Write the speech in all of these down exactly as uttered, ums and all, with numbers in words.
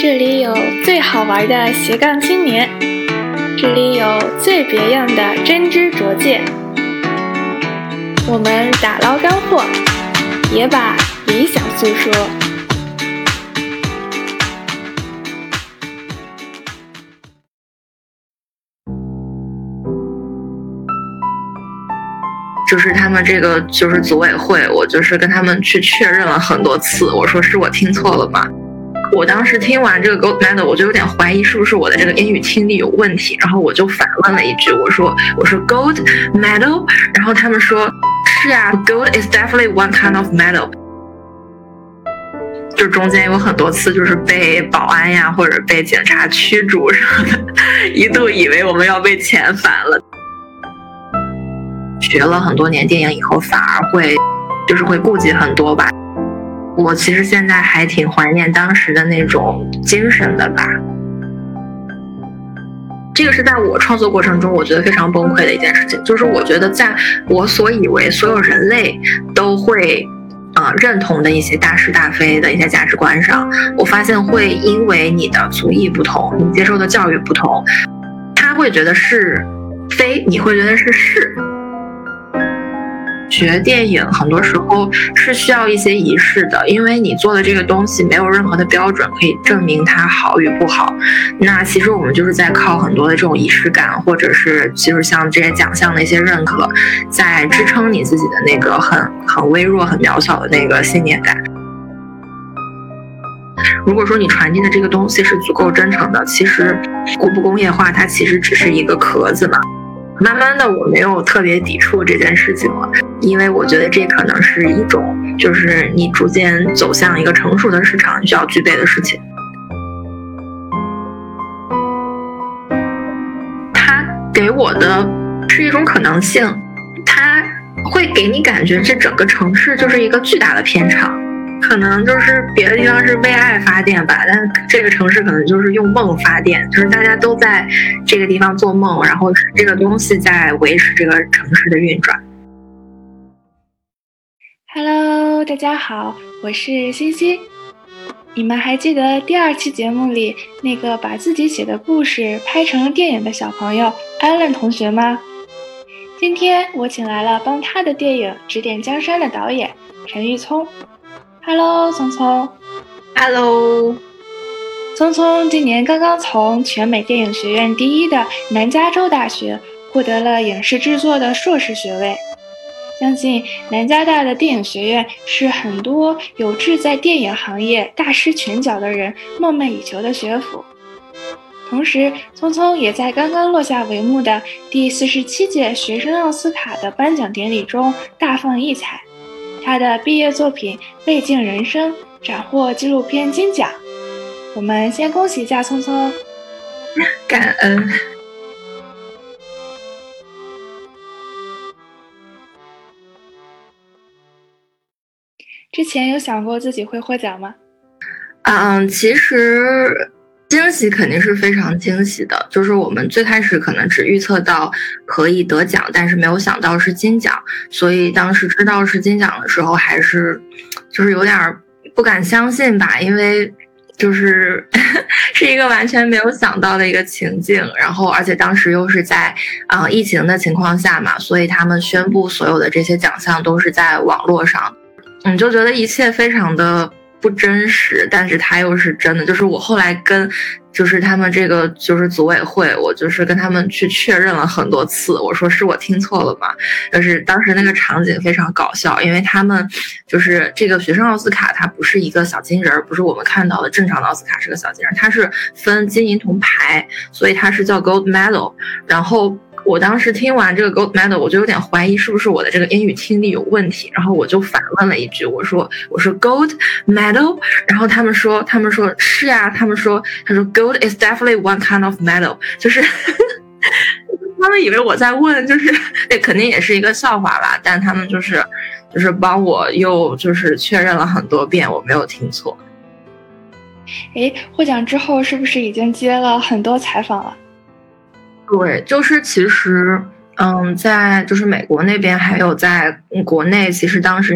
这里有最好玩的斜杠青年，这里有最别样的真知灼见。我们打捞干货，也把理想诉说。 就是他们这个就是组委会，我就是跟他们去确认了很多次，我说是我听错了吗？我当时听完这个 Gold Medal， 我就有点怀疑是不是我的这个英语听力有问题，然后我就反问了一句，我说我说 Gold Medal， 然后他们说是啊 ，Gold is definitely one kind of medal。就中间有很多次就是被保安呀或者被警察驱逐什么的，一度以为我们要被遣返了。学了很多年电影以后，反而会就是会顾忌很多吧。我其实现在还挺怀念当时的那种精神的吧。这个是在我创作过程中我觉得非常崩溃的一件事情，就是我觉得在我所以为所有人类都会呃认同的一些大是大非的一些价值观上，我发现会因为你的族裔不同，你接受的教育不同，他会觉得是非，你会觉得是是。学电影很多时候是需要一些仪式的，因为你做的这个东西没有任何的标准可以证明它好与不好。那其实我们就是在靠很多的这种仪式感，或者是其实像这些奖项的一些认可，在支撑你自己的那个很很微弱、很渺小的那个信念感。如果说你传递的这个东西是足够真诚的，其实工不工业化它其实只是一个壳子嘛。慢慢的我没有特别抵触这件事情了，因为我觉得这可能是一种就是你逐渐走向一个成熟的市场需要具备的事情。它给我的是一种可能性，它会给你感觉这整个城市就是一个巨大的片场，可能就是别的地方是为爱发电吧，但这个城市可能就是用梦发电，就是大家都在这个地方做梦，然后是这个东西在维持这个城市的运转。 Hello， 大家好，我是欣欣。你们还记得第二期节目里那个把自己写的故事拍成了电影的小朋友 Alan 同学吗？今天我请来了帮他的电影《指点江山》的导演陈玉聪。Hello， 聪聪。 Hello， 聪聪今年刚刚从全美电影学院第一的南加州大学获得了影视制作的硕士学位。相信南加大的电影学院是很多有志在电影行业大施拳脚的人梦寐以求的学府。同时，聪聪也在刚刚落下帷幕的第四十七届学生奥斯卡的颁奖典礼中大放异彩。他的毕业作品《背镜人生》斩获纪录片金奖。我们先恭喜一下聪聪。 感恩。 之前有想过自己会获奖吗？ 嗯，其实惊喜肯定是非常惊喜的，就是我们最开始可能只预测到可以得奖，但是没有想到是金奖，所以当时知道是金奖的时候还是就是有点不敢相信吧，因为就是是一个完全没有想到的一个情境，然后而且当时又是在呃疫情的情况下嘛，所以他们宣布所有的这些奖项都是在网络上，你就觉得一切非常的不真实，但是它又是真的。就是我后来跟就是他们这个就是组委会，我就是跟他们去确认了很多次，我说是我听错了吗？就是当时那个场景非常搞笑，因为他们就是这个学生奥斯卡它不是一个小金人，不是我们看到的正常的奥斯卡是个小金人，它是分金银铜牌，所以它是叫 Gold Medal。 然后我当时听完这个 Gold Medal， 我就有点怀疑是不是我的这个英语听力有问题，然后我就反问了一句，我说我说 Gold Medal， 然后他们说他们说是啊，他们说他说 Gold is definitely one kind of medal， 就是他们以为我在问，就是这肯定也是一个笑话吧，但他们就是就是帮我又就是确认了很多遍我没有听错。 诶，获奖之后是不是已经接了很多采访了？ 对，就是其实嗯，在就是美国那边还有在国内，其实当时因为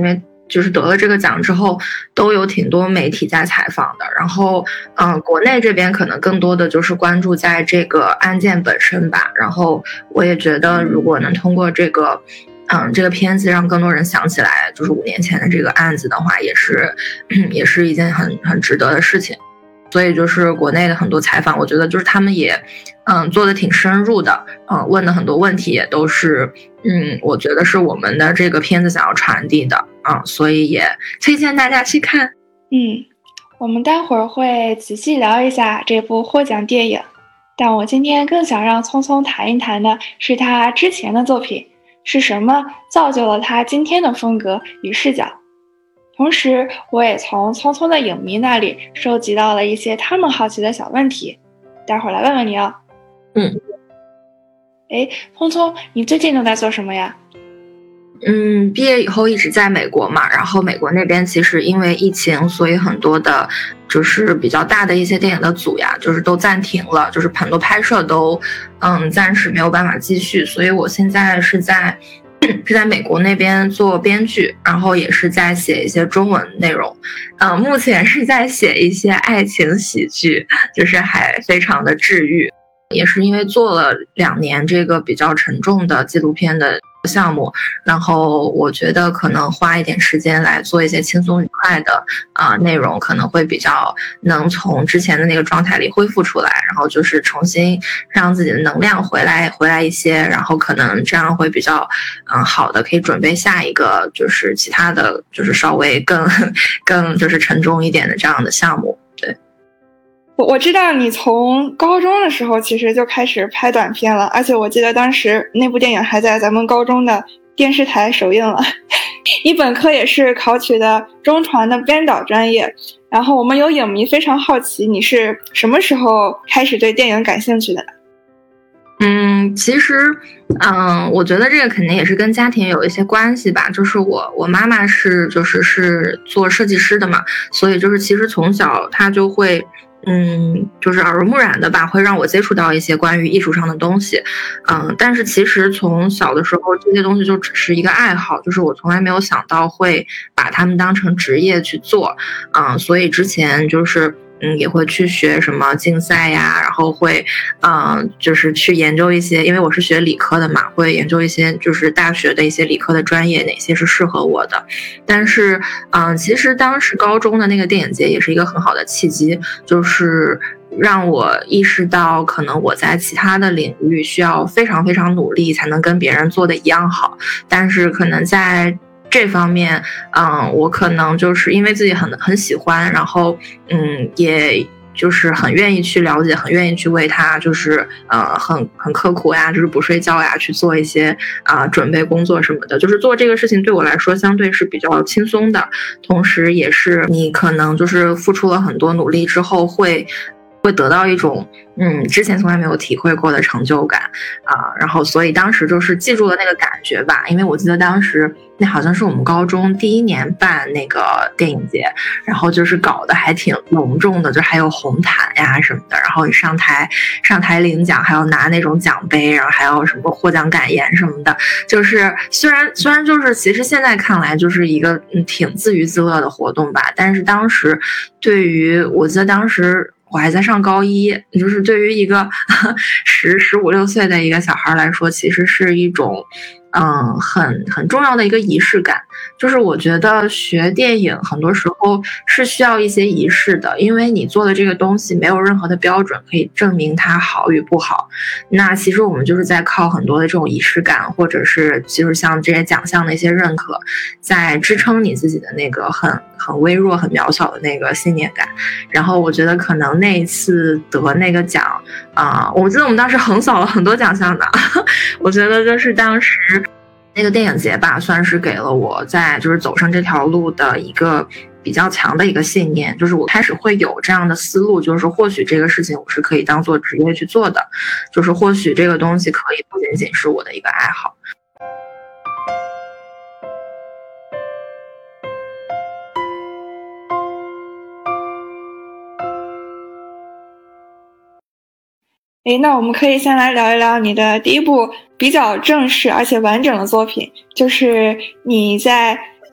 就是得了这个奖之后，都有挺多媒体在采访的。然后，嗯、呃，国内这边可能更多的就是关注在这个案件本身吧。然后，我也觉得如果能通过这个，嗯，这个片子让更多人想起来，就是五年前的这个案子的话，也是，也是一件很很值得的事情。所以就是国内的很多采访，我觉得就是他们也，嗯，做的挺深入的，嗯，问的很多问题也都是，嗯，我觉得是我们的这个片子想要传递的，嗯，所以也推荐大家去看。 嗯，我们待会儿会仔细聊一下这部获奖电影，但我今天更想让聪聪谈一谈的是他之前的作品，是什么造就了他今天的风格与视角。同时，我也从聪聪的影迷那里收集到了一些他们好奇的小问题，待会儿来问问你哦。 嗯， 哎，聪聪，你最近都在做什么呀？ 嗯，毕业以后一直在美国嘛，然后美国那边其实因为疫情，所以很多的就是比较大的一些电影的组呀，就是都暂停了，就是很多拍摄都嗯暂时没有办法继续，所以我现在是在是在美国那边做编剧，然后也是在写一些中文内容，嗯、呃，目前是在写一些爱情喜剧，就是还非常的治愈，也是因为做了两年这个比较沉重的纪录片的项目，然后我觉得可能花一点时间来做一些轻松愉快的啊、呃、内容，可能会比较能从之前的那个状态里恢复出来，然后就是重新让自己的能量回来回来一些，然后可能这样会比较嗯、呃、好的，可以准备下一个就是其他的就是稍微更更就是沉重一点的这样的项目。对。 我我知道你从高中的时候其实就开始拍短片了，而且我记得当时那部电影还在咱们高中的电视台首映了。你本科也是考取的中传的编导专业，然后我们有影迷非常好奇你是什么时候开始对电影感兴趣的呢？ 嗯，其实，嗯，我觉得这个肯定也是跟家庭有一些关系吧。就是我，我妈妈是就是是做设计师的嘛，所以就是其实从小她就会。嗯，就是耳濡目染的吧，会让我接触到一些关于艺术上的东西，嗯，但是其实从小的时候，这些东西就只是一个爱好，就是我从来没有想到会把它们当成职业去做，嗯，所以之前就是。嗯，也会去学什么竞赛呀，然后会，嗯、呃，就是去研究一些，因为我是学理科的嘛，会研究一些就是大学的一些理科的专业，哪些是适合我的。但是，嗯、呃，其实当时高中的那个电影节也是一个很好的契机，就是让我意识到，可能我在其他的领域需要非常非常努力，才能跟别人做的一样好，但是可能在这方面，嗯，我可能就是因为自己很很喜欢，然后嗯，也就是很愿意去了解，很愿意去为他就是呃很很刻苦呀，就是不睡觉呀，去做一些啊、呃、准备工作什么的。就是做这个事情对我来说相对是比较轻松的，同时也是你可能就是付出了很多努力之后会。会得到一种嗯之前从来没有体会过的成就感啊、呃，然后所以当时就是记住了那个感觉吧，因为我记得当时那好像是我们高中第一年办那个电影节，然后就是搞得还挺隆重的，就还有红毯呀什么的，然后你上台上台领奖，还要拿那种奖杯，然后还要什么获奖感言什么的，就是虽然虽然就是其实现在看来就是一个嗯挺自娱自乐的活动吧，但是当时对于我记得当时。我还在上高一，就是对于一个十十五六岁的一个小孩来说，其实是一种，嗯，很很重要的一个仪式感。就是我觉得学电影很多时候是需要一些仪式的，因为你做的这个东西没有任何的标准可以证明它好与不好。那其实我们就是在靠很多的这种仪式感，或者是就是像这些奖项的一些认可，在支撑你自己的那个很很微弱、很渺小的那个信念感。然后我觉得可能那一次得那个奖啊、呃，我记得我们当时横扫了很多奖项的，我觉得就是当时。那个电影节吧，算是给了我在就是走上这条路的一个比较强的一个信念，就是我开始会有这样的思路，就是或许这个事情我是可以当做职业去做的，就是或许这个东西可以不仅仅是我的一个爱好。 诶，那我们可以先来聊一聊你的第一部比较正式而且完整的作品，就是你在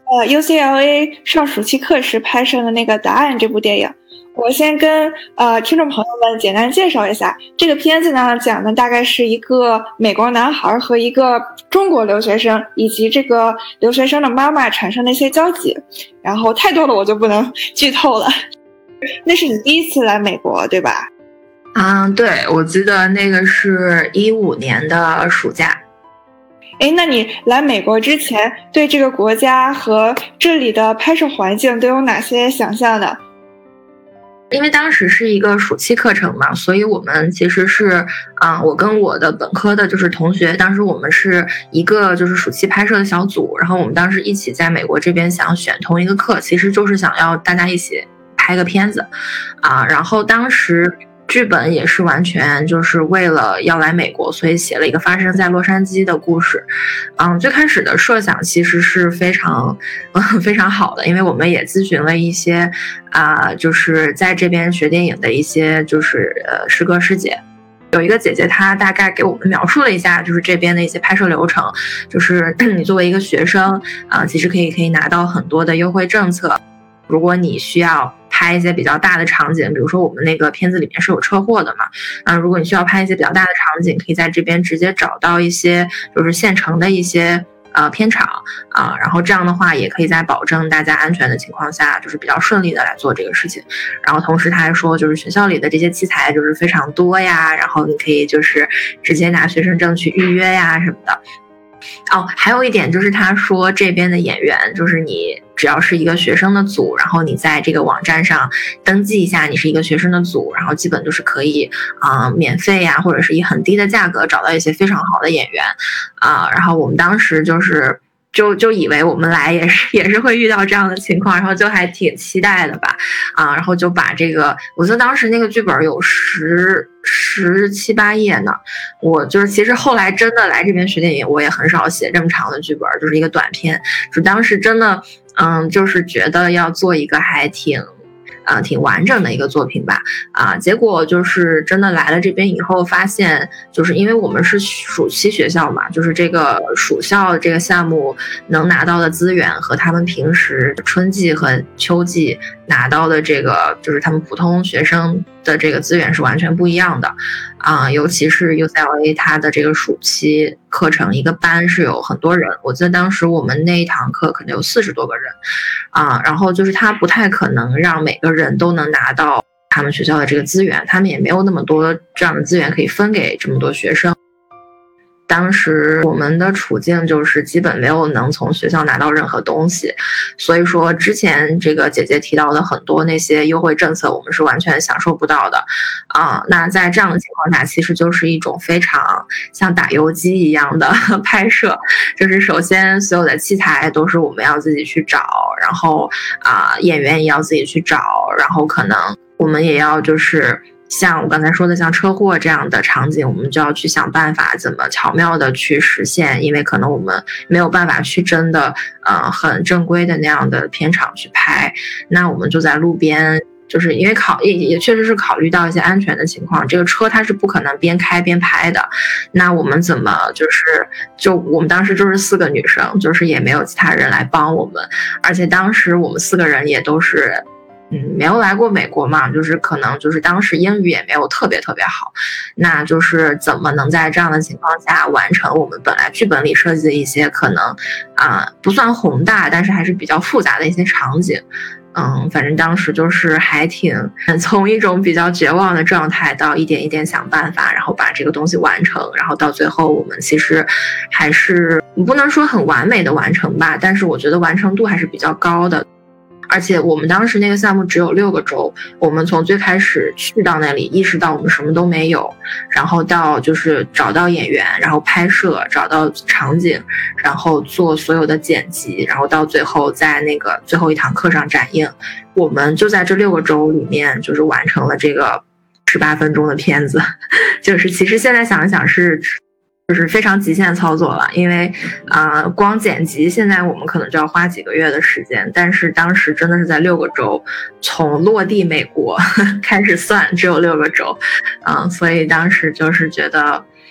呃 U C L A 上暑期课时拍摄的那个《答案》这部电影。我先跟呃听众朋友们简单介绍一下这个片子呢，讲的大概是一个美国男孩和一个中国留学生以及这个留学生的妈妈产生的一些交集，然后太多了我就不能剧透了。那是你第一次来美国对吧？ 嗯，对，我记得那个是一五年的暑假。 哎，那你来美国之前对这个国家和这里的拍摄环境都有哪些想象呢？ 因为当时是一个暑期课程嘛，所以我们其实是，啊、呃，我跟我的本科的就是同学，当时我们是一个就是暑期拍摄的小组，然后我们当时一起在美国这边想选同一个课，其实就是想要大家一起拍个片子，啊、呃，然后当时剧本也是完全就是为了要来美国，所以写了一个发生在洛杉矶的故事。嗯，最开始的设想其实是非常，嗯，非常好的，因为我们也咨询了一些啊、呃，就是在这边学电影的一些就是呃师哥师姐。有一个姐姐，她大概给我们描述了一下，就是这边的一些拍摄流程，就是你作为一个学生啊、呃，其实可以可以拿到很多的优惠政策。如果你需要拍一些比较大的场景，比如说我们那个片子里面是有车祸的嘛，嗯，如果你需要拍一些比较大的场景，可以在这边直接找到一些就是现成的一些呃片场啊、呃，然后这样的话也可以在保证大家安全的情况下，就是比较顺利的来做这个事情。然后同时他还说，就是学校里的这些器材就是非常多呀，然后你可以就是直接拿学生证去预约呀什么的。哦，还有一点就是他说这边的演员，就是你只要是一个学生的组，然后你在这个网站上登记一下你是一个学生的组，然后基本就是可以啊、呃、免费呀，或者是以很低的价格找到一些非常好的演员啊、呃。然后我们当时就是就就以为我们来也是也是会遇到这样的情况，然后就还挺期待的吧啊、呃。然后就把这个，我记得当时那个剧本有十十七八页呢。我就是其实后来真的来这边学电影，我也很少写这么长的剧本，就是一个短片。就当时真的，嗯，就是觉得要做一个还挺。呃，挺完整的一个作品吧，啊，结果就是真的来了这边以后，发现就是因为我们是暑期学校嘛，就是这个暑校这个项目能拿到的资源和他们平时春季和秋季拿到的这个，就是他们普通学生的这个资源是完全不一样的，啊，尤其是 U C L A 它的这个暑期课程，一个班是有很多人，我记得当时我们那一堂课可能有四十多个人，啊，然后就是他不太可能让每个人都能拿到他们学校的这个资源，他们也没有那么多这样的资源可以分给这么多学生。当时我们的处境就是基本没有能从学校拿到任何东西，所以说之前这个姐姐提到的很多那些优惠政策，我们是完全享受不到的啊、呃。那在这样的情况下，其实就是一种非常像打游击一样的拍摄，就是首先所有的器材都是我们要自己去找，然后啊、呃、演员也要自己去找，然后可能我们也要就是像我刚才说的像车祸这样的场景，我们就要去想办法怎么巧妙的去实现，因为可能我们没有办法去真的呃很正规的那样的片场去拍，那我们就在路边，就是因为考也也确实是考虑到一些安全的情况，这个车它是不可能边开边拍的，那我们怎么就是就我们当时就是四个女生，就是也没有其他人来帮我们，而且当时我们四个人也都是嗯，没有来过美国嘛，就是可能就是当时英语也没有特别特别好，那就是怎么能在这样的情况下完成我们本来剧本里设计的一些可能啊、呃、不算宏大，但是还是比较复杂的一些场景。嗯，反正当时就是还挺从一种比较绝望的状态到一点一点想办法，然后把这个东西完成，然后到最后我们其实还是不能说很完美的完成吧，但是我觉得完成度还是比较高的。而且我们当时那个项目只有六个周，我们从最开始去到那里意识到我们什么都没有，然后到就是找到演员，然后拍摄，找到场景，然后做所有的剪辑，然后到最后在那个最后一堂课上展映，我们就在这六个周里面就是完成了这个十八分钟的片子，就是其实现在想一想是就是非常极限操作了，因为啊、呃，光剪辑现在我们可能就要花几个月的时间，但是当时真的是在六个周，从落地美国呵呵开始算，只有六个周，嗯、呃，所以当时就是觉得，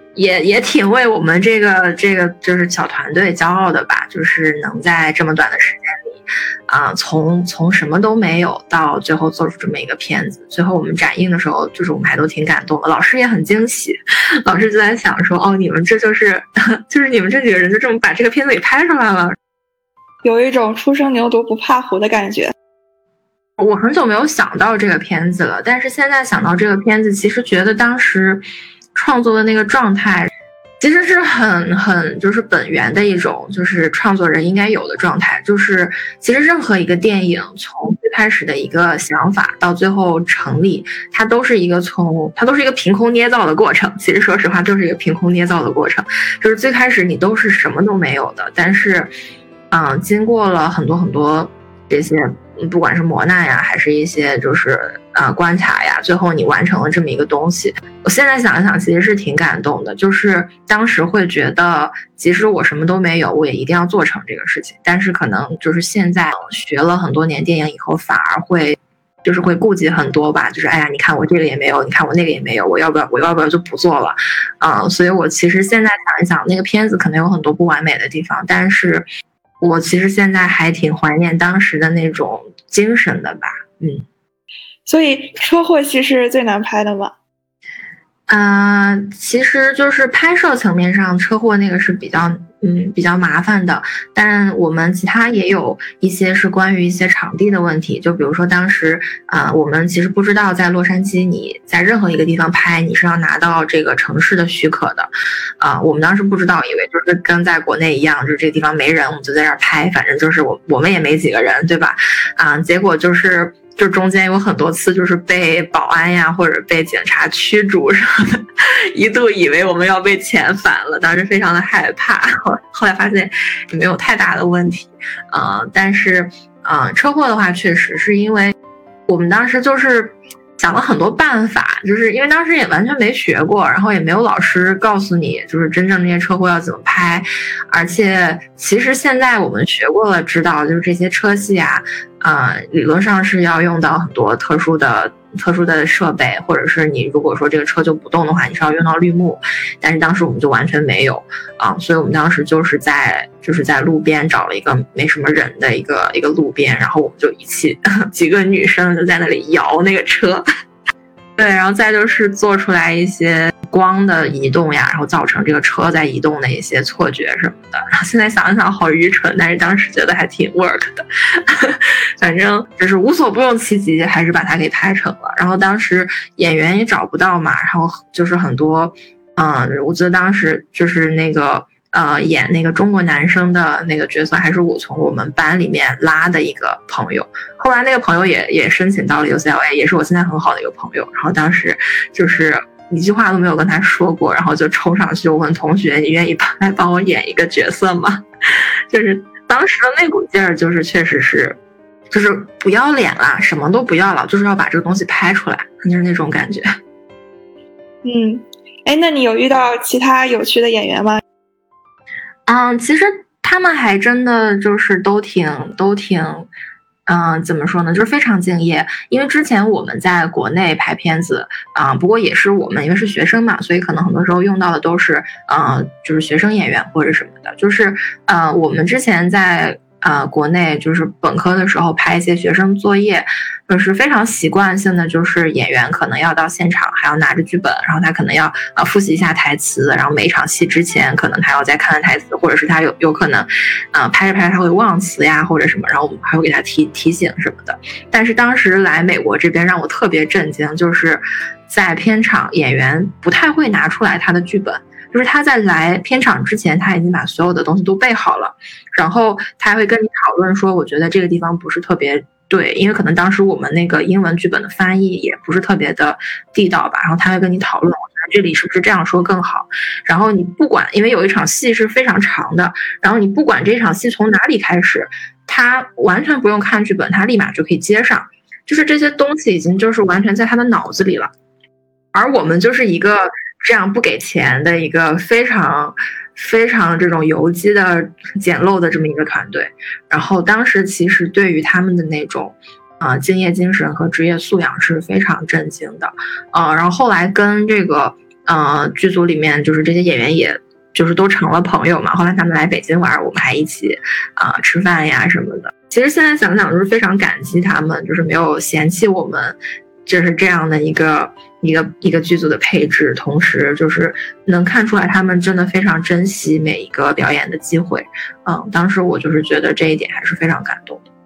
也也挺为我们这个这个就是小团队骄傲的吧，就是能在这么短的时间里，啊、呃，从从什么都没有到最后做出这么一个片子。最后我们展映的时候，就是我们还都挺感动的，老师也很惊喜，老师就在想说，哦，你们这就是就是你们这几个人就这么把这个片子给拍出来了， 有一种初生牛犊不怕虎的感觉。 我很久没有想到这个片子了，但是现在想到这个片子，其实觉得当时创作的那个状态其实是很很就是本源的一种就是创作人应该有的状态，就是其实任何一个电影从最开始的一个想法到最后成立，它都是一个从它都是一个凭空捏造的过程。其实说实话就是一个凭空捏造的过程，就是最开始你都是什么都没有的，但是嗯、呃，经过了很多很多这些不管是磨难呀，还是一些就是呃关卡呀，最后你完成了这么一个东西。我现在想一想，其实是挺感动的。就是当时会觉得，即使我什么都没有，我也一定要做成这个事情。但是可能就是现在学了很多年电影以后，反而会就是会顾忌很多吧。就是哎呀，你看我这个也没有，你看我那个也没有，我要不要我要不要就不做了？嗯，所以我其实现在想一想，那个片子可能有很多不完美的地方，但是我其实现在还挺怀念当时的那种精神的吧。嗯， 所以车祸戏是最难拍的吗？ 啊、呃，其实就是拍摄层面上，车祸那个是比较嗯比较麻烦的，但我们其他也有一些是关于一些场地的问题，就比如说当时啊、呃，我们其实不知道在洛杉矶你在任何一个地方拍，你是要拿到这个城市的许可的，啊、呃，我们当时不知道，以为就是跟在国内一样，就是这个地方没人，我们就在这儿拍，反正就是我我们也没几个人，对吧？啊、呃，结果就是。就中间有很多次就是被保安呀或者被警察驱逐什么的，一度以为我们要被遣返了，当时非常的害怕。后来发现也没有太大的问题，呃，但是呃，车祸的话确实是因为我们当时就是想了很多办法，就是因为当时也完全没学过，然后也没有老师告诉你就是真正这些车祸要怎么拍，而且其实现在我们学过了，知道就是这些车戏啊，呃，理论上是要用到很多特殊的特殊的设备，或者是你如果说这个车就不动的话，你是要用到绿幕，但是当时我们就完全没有啊，所以我们当时就是在就是在路边找了一个没什么人的一个一个路边，然后我们就一起几个女生就在那里摇那个车，对，然后再就是做出来一些光的移动呀，然后造成这个车在移动的一些错觉什么的。然后现在想一想好愚蠢，但是当时觉得还挺 work 的。反正就是无所不用其极，还是把它给拍成了。然后当时演员也找不到嘛，然后就是很多，嗯，我记得当时就是那个呃演那个中国男生的那个角色，还是我从我们班里面拉的一个朋友。后来那个朋友也也申请到了 U C L A， 也是我现在很好的一个朋友。然后当时就是一句话都没有跟他说过，然后就冲上去我问同学：“你愿意来帮我演一个角色吗？”就是当时的那股劲儿，就是确实是，就是不要脸啦，什么都不要了，就是要把这个东西拍出来，就是那种感觉。 嗯，哎，那你有遇到其他有趣的演员吗？ 嗯，其实他们还真的就是都挺都挺。嗯、呃，怎么说呢？就是非常敬业。因为之前我们在国内拍片子啊、呃，不过也是我们因为是学生嘛，所以可能很多时候用到的都是呃，就是学生演员或者什么的。就是呃，我们之前在呃国内就是本科的时候拍一些学生作业，就是非常习惯性的，就是演员可能要到现场，还要拿着剧本，然后他可能要呃复习一下台词，然后每一场戏之前可能他要再看看台词，或者是他有有可能呃拍着拍着他会忘词呀或者什么，然后我们还会给他提提醒什么的。但是当时来美国这边让我特别震惊，就是在片场演员不太会拿出来他的剧本，就是他在来片场之前他已经把所有的东西都备好了，然后他还会跟你讨论说我觉得这个地方不是特别对，因为可能当时我们那个英文剧本的翻译也不是特别的地道吧，然后他会跟你讨论我觉得这里是不是这样说更好，然后你不管，因为有一场戏是非常长的，然后你不管这场戏从哪里开始，他完全不用看剧本，他立马就可以接上，就是这些东西已经就是完全在他的脑子里了。而我们就是一个这样不给钱的一个非常非常这种游击的简陋的这么一个团队，然后当时其实对于他们的那种呃敬业精神和职业素养是非常震惊的，呃，然后后来跟这个呃，剧组里面就是这些演员也就是都成了朋友嘛。后来他们来北京玩，我们还一起啊、呃、吃饭呀什么的。其实现在想想就是非常感激他们，就是没有嫌弃我们，就是这样的一个一个一个剧组的配置，同时就是能看出来他们真的非常珍惜每一个表演的机会。嗯，当时我就是觉得这一点还是非常感动的。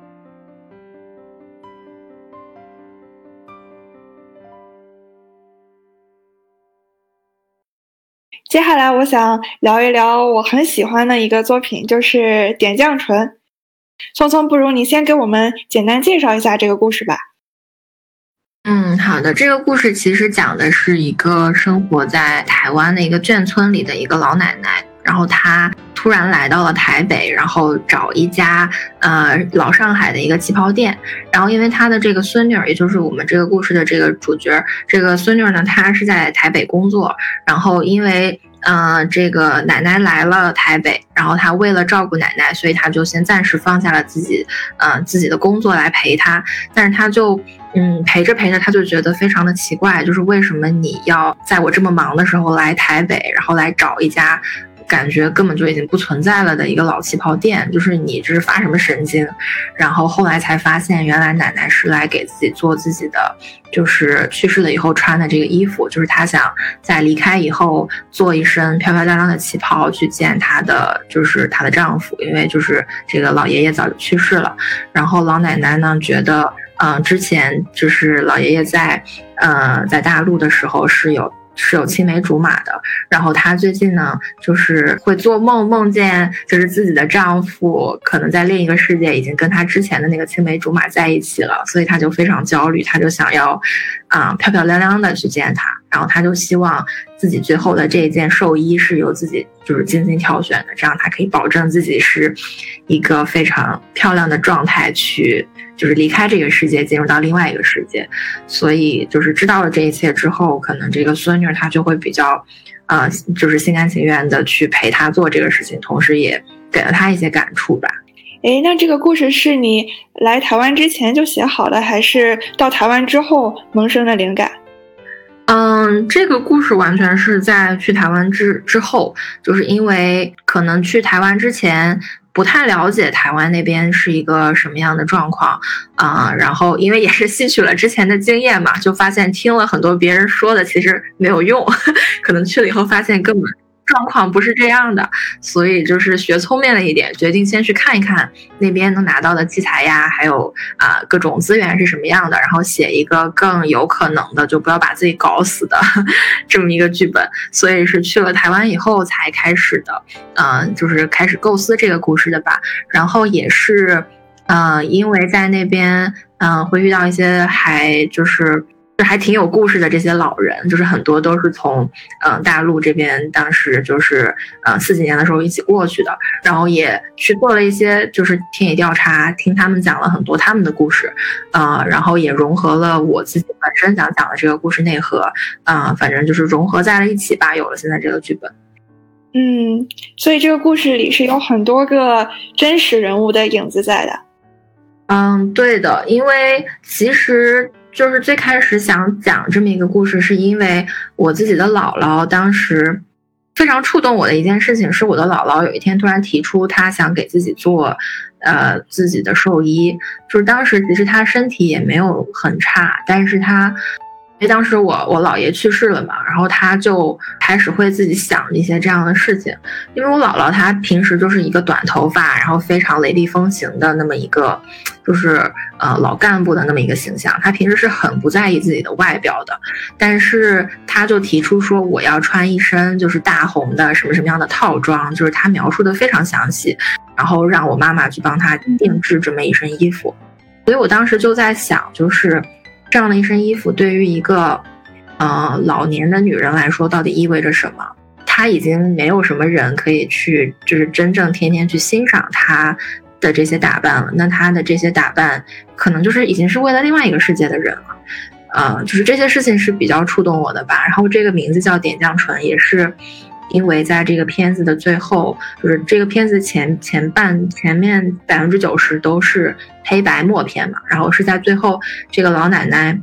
接下来我想聊一聊我很喜欢的一个作品，就是《点将唇》。聪聪，不如你先给我们简单介绍一下这个故事吧。 嗯，好的。这个故事其实讲的是一个生活在台湾的一个眷村里的一个老奶奶，然后她突然来到了台北，然后找一家呃老上海的一个旗袍店。然后因为她的这个孙女儿，也就是我们这个故事的这个主角，这个孙女儿呢，她是在台北工作，然后因为呃，这个奶奶来了台北，然后她为了照顾奶奶，所以她就先暂时放下了自己，呃，自己的工作来陪她。但是她就，嗯，陪着陪着，她就觉得非常的奇怪，就是为什么你要在我这么忙的时候来台北，然后来找一家感觉根本就已经不存在了的一个老旗袍店，就是你这是发什么神经？然后后来才发现，原来奶奶是来给自己做自己的，就是去世了以后穿的这个衣服，就是她想在离开以后做一身漂漂亮亮的旗袍去见她的，就是她的丈夫，因为就是这个老爷爷早就去世了。然后老奶奶呢觉得，嗯、呃，之前就是老爷爷在，呃，在大陆的时候是有。是有青梅竹马的，然后她最近呢，就是会做梦，梦见就是自己的丈夫可能在另一个世界已经跟她之前的那个青梅竹马在一起了，所以她就非常焦虑，她就想要，啊、呃，漂漂亮亮的去见他，然后她就希望自己最后的这一件寿衣是由自己就是精心挑选的，这样她可以保证自己是一个非常漂亮的状态去。就是离开这个世界，进入到另外一个世界，所以就是知道了这一切之后，可能这个孙女她就会比较，呃，就是心甘情愿的去陪她做这个事情，同时也给了她一些感触吧。 诶，那这个故事是你来台湾之前就写好的，还是到台湾之后萌生的灵感？ 嗯，这个故事完全是在去台湾之之后，就是因为可能去台湾之前。不太了解台湾那边是一个什么样的状况啊、呃，然后因为也是吸取了之前的经验嘛，就发现听了很多别人说的其实没有用，可能去了以后发现根本状况不是这样的，所以就是学聪明了一点，决定先去看一看那边能拿到的器材呀，还有啊、呃、各种资源是什么样的，然后写一个更有可能的，就不要把自己搞死的这么一个剧本。所以是去了台湾以后才开始的，嗯、呃，就是开始构思这个故事的吧。然后也是，呃，因为在那边，嗯、呃，会遇到一些还就是。就还挺有故事的这些老人，就是很多都是从嗯、呃、大陆这边当时就是呃四几年的时候一起过去的，然后也去做了一些就是田野调查，听他们讲了很多他们的故事，呃，然后也融合了我自己本身想讲的这个故事内核，啊、呃，反正就是融合在了一起吧，有了现在这个剧本。 嗯，所以这个故事里是有很多个真实人物的影子在的。 嗯，对的，因为其实。就是最开始想讲这么一个故事，是因为我自己的姥姥当时非常触动我的一件事情，是我的姥姥有一天突然提出她想给自己做呃自己的寿衣，就是当时其实她身体也没有很差，但是她因为当时我我姥爷去世了嘛，然后他就开始会自己想一些这样的事情。因为我姥姥她平时就是一个短头发，然后非常雷厉风行的那么一个，就是呃老干部的那么一个形象。她平时是很不在意自己的外表的，但是她就提出说我要穿一身就是大红的什么什么样的套装，就是她描述的非常详细，然后让我妈妈去帮她定制这么一身衣服。所以我当时就在想，就是这样的一身衣服对于一个呃老年的女人来说到底意味着什么。她已经没有什么人可以去就是真正天天去欣赏她的这些打扮了，那她的这些打扮可能就是已经是为了另外一个世界的人了。呃，就是这些事情是比较触动我的吧。然后这个名字叫点将唇，也是因为在这个片子的最后，就是这个片子前前半前面百分之九十都是黑白默片嘛，然后是在最后这个老奶奶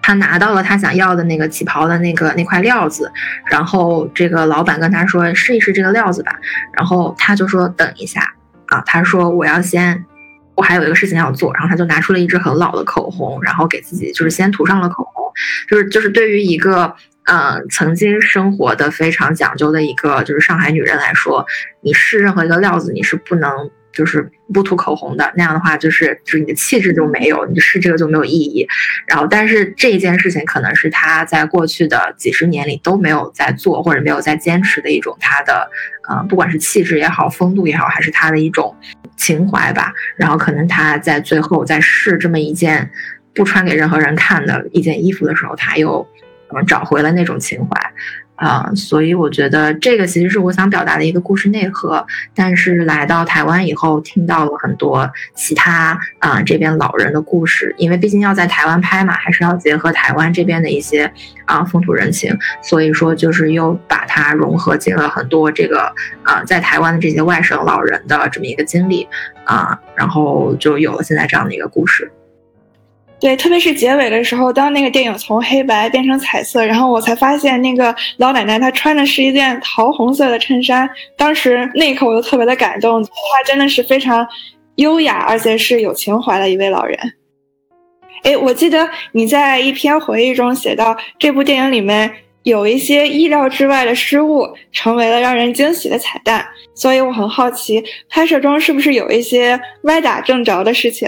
他拿到了他想要的那个旗袍的那个那块料子，然后这个老板跟他说试一试这个料子吧，然后他就说等一下啊，他说我要先我还有一个事情要做，然后他就拿出了一支很老的口红，然后给自己就是先涂上了口红，就是就是对于一个呃曾经生活的非常讲究的一个就是上海女人来说，你试任何一个料子你是不能就是不涂口红的，那样的话就是就是你的气质就没有，你试这个就没有意义。然后但是这件事情可能是他在过去的几十年里都没有在做或者没有在坚持的一种他的呃不管是气质也好风度也好，还是他的一种情怀吧。然后可能他在最后在试这么一件不穿给任何人看的一件衣服的时候，他又嗯找回了那种情怀啊、呃，所以我觉得这个其实是我想表达的一个故事内核。但是来到台湾以后，听到了很多其他啊、呃、这边老人的故事，因为毕竟要在台湾拍嘛，还是要结合台湾这边的一些啊、呃、风土人情，所以说就是又把它融合进了很多这个啊、呃、在台湾的这些外省老人的这么一个经历啊、呃，然后就有了现在这样的一个故事。 对，特别是结尾的时候，当那个电影从黑白变成彩色，然后我才发现那个老奶奶她穿的是一件桃红色的衬衫，当时那一刻我就特别的感动，她真的是非常优雅而且是有情怀的一位老人。诶，我记得你在一篇回忆中写到，这部电影里面有一些意料之外的失误成为了让人惊喜的彩蛋，所以我很好奇拍摄中是不是有一些歪打正着的事情。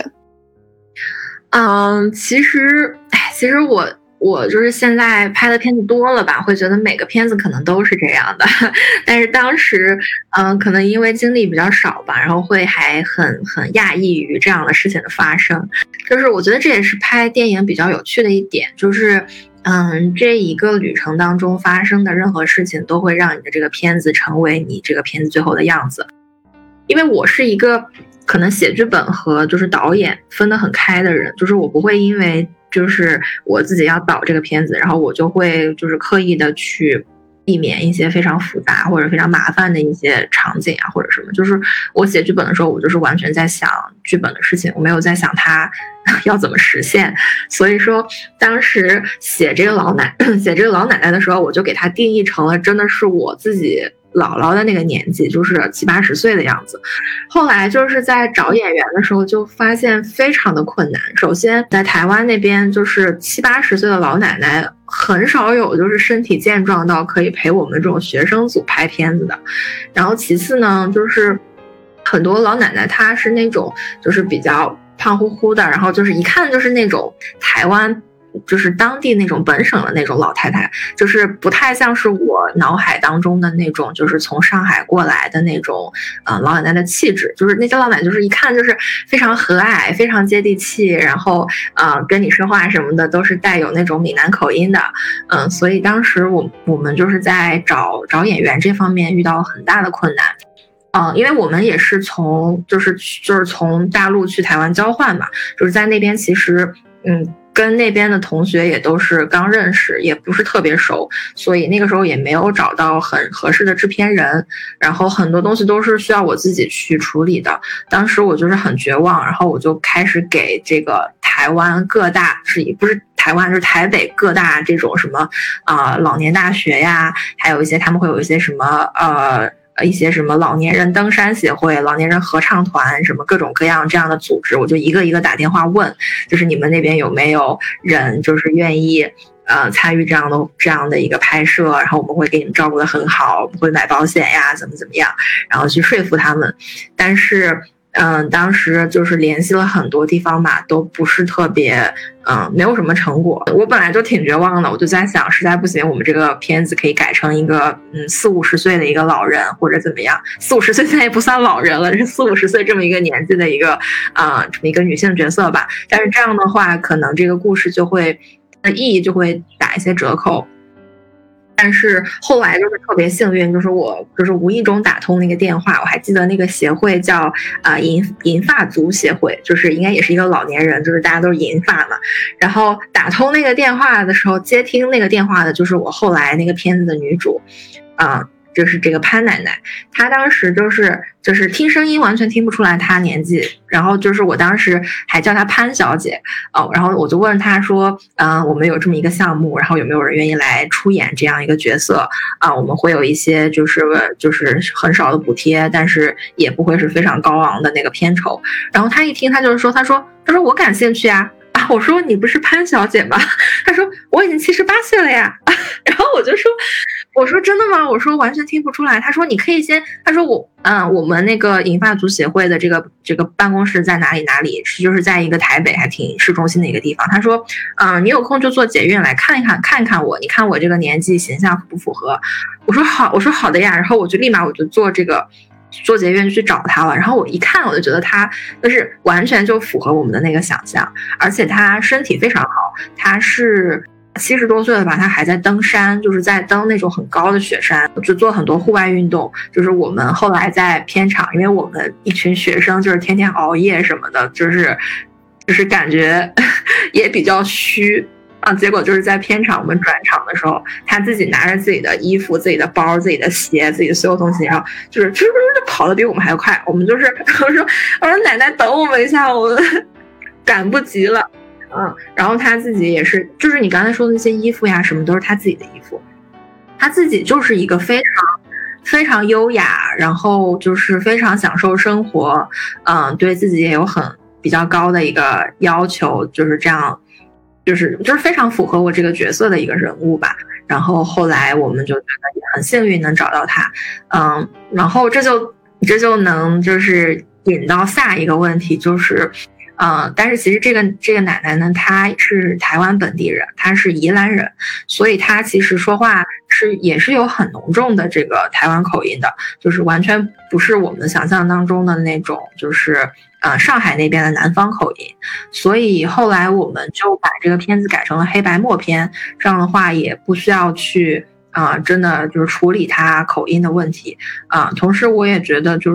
嗯，其实，哎，其实我我就是现在拍的片子多了吧，会觉得每个片子可能都是这样的，但是当时，嗯，可能因为经历比较少吧，然后会还很很讶异于这样的事情的发生。就是我觉得这也是拍电影比较有趣的一点，就是，嗯，这一个旅程当中发生的任何事情都会让你的这个片子成为你这个片子最后的样子。因为我是一个可能写剧本和就是导演分得很开的人，就是我不会因为就是我自己要导这个片子，然后我就会就是刻意的去避免一些非常复杂或者非常麻烦的一些场景啊或者什么。就是我写剧本的时候，我就是完全在想剧本的事情，我没有在想它要怎么实现。所以说当时写这个老奶写这个老奶奶的时候，我就给它定义成了真的是我自己姥姥的那个年纪，就是七八十岁的样子。后来就是在找演员的时候就发现非常的困难。首先在台湾那边，就是七八十岁的老奶奶很少有就是身体健壮到可以陪我们这种学生组拍片子的。然后其次呢，就是很多老奶奶她是那种就是比较胖乎乎的，然后就是一看就是那种台湾就是当地那种本省的那种老太太，就是不太像是我脑海当中的那种就是从上海过来的那种呃老奶奶的气质。就是那些老奶奶就是一看就是非常和蔼非常接地气，然后呃跟你说话什么的都是带有那种闽南口音的。嗯、呃，所以当时我我们就是在找找演员这方面遇到了很大的困难。嗯，因为我们也是从就是就是从大陆去台湾交换嘛，就是在那边其实嗯跟那边的同学也都是刚认识，也不是特别熟，所以那个时候也没有找到很合适的制片人，然后很多东西都是需要我自己去处理的。当时我就是很绝望，然后我就开始给这个台湾各大是不是台湾就是台北各大这种什么啊、呃、老年大学呀，还有一些他们会有一些什么呃。一些什么老年人登山协会、老年人合唱团，什么各种各样这样的组织，我就一个一个打电话问，就是你们那边有没有人就是愿意呃参与这样的这样的一个拍摄，然后我们会给你们照顾得很好，我们会买保险呀，怎么怎么样，然后去说服他们。但是嗯，当时就是联系了很多地方吧，都不是特别，嗯，没有什么成果。我本来就挺绝望的，我就在想，实在不行，我们这个片子可以改成一个，嗯，四五十岁的一个老人，或者怎么样。四五十岁现在也不算老人了，是四五十岁这么一个年纪的一个，啊、呃，这么一个女性角色吧。但是这样的话，可能这个故事就会，呃，意义就会打一些折扣。但是后来就是特别幸运，就是我就是无意中打通那个电话，我还记得那个协会叫啊、呃、银银发族协会，就是应该也是一个老年人，就是大家都是银发嘛。然后打通那个电话的时候，接听那个电话的就是我后来那个片子的女主，啊、呃， 就是这个潘奶奶，她当时就是就是听声音完全听不出来她年纪，然后就是我当时还叫她潘小姐哦，然后我就问她说，嗯、呃，我们有这么一个项目，然后有没有人愿意来出演这样一个角色啊、呃？我们会有一些就是就是很少的补贴，但是也不会是非常高昂的那个片酬。然后她一听，她就是说，她说她说我感兴趣啊。啊，我说你不是潘小姐吗？她说我已经七十八岁了呀。然后我就说，我说真的吗？我说完全听不出来。她说你可以先，她说我，嗯，我们那个银发族协会的这个这个办公室在哪里哪里？是就是在一个台北还挺市中心的一个地方。她说，嗯，你有空就坐捷运来看一看，看一看我，你看我这个年纪形象符不符合？我说好，我说好的呀。然后我就立马我就做这个。坐捷运去找他了，然后我一看我就觉得他就是完全就符合我们的那个想象，而且他身体非常好，他是七十多岁了吧，他还在登山，就是在登那种很高的雪山，就做很多户外运动。就是我们后来在片场，因为我们一群学生就是天天熬夜什么的，就是就是感觉也比较虚。啊！结果就是在片场我们转场的时候，他自己拿着自己的衣服、自己的包、自己的鞋、自己的所有东西，然后就是吱吱就跑得比我们还快。我们就是我说我说奶奶等我们一下，我们赶不及了。嗯，然后他自己也是，就是你刚才说的那些衣服呀，什么都是他自己的衣服。他自己就是一个非常非常优雅，然后就是非常享受生活，嗯，对自己也有很比较高的一个要求，就是这样。就是就是非常符合我这个角色的一个人物吧，然后后来我们就觉得也很幸运能找到他，嗯，然后这就这就能就是引到下一个问题，就是呃，但是其实这个这个奶奶呢，她是台湾本地人，她是宜兰人，所以她其实说话是也是有很浓重的这个台湾口音的，就是完全不是我们想象当中的那种，就是呃上海那边的南方口音。所以后来我们就把这个片子改成了黑白默片，这样的话也不需要去啊、呃、真的就是处理她口音的问题啊、呃。同时我也觉得就是。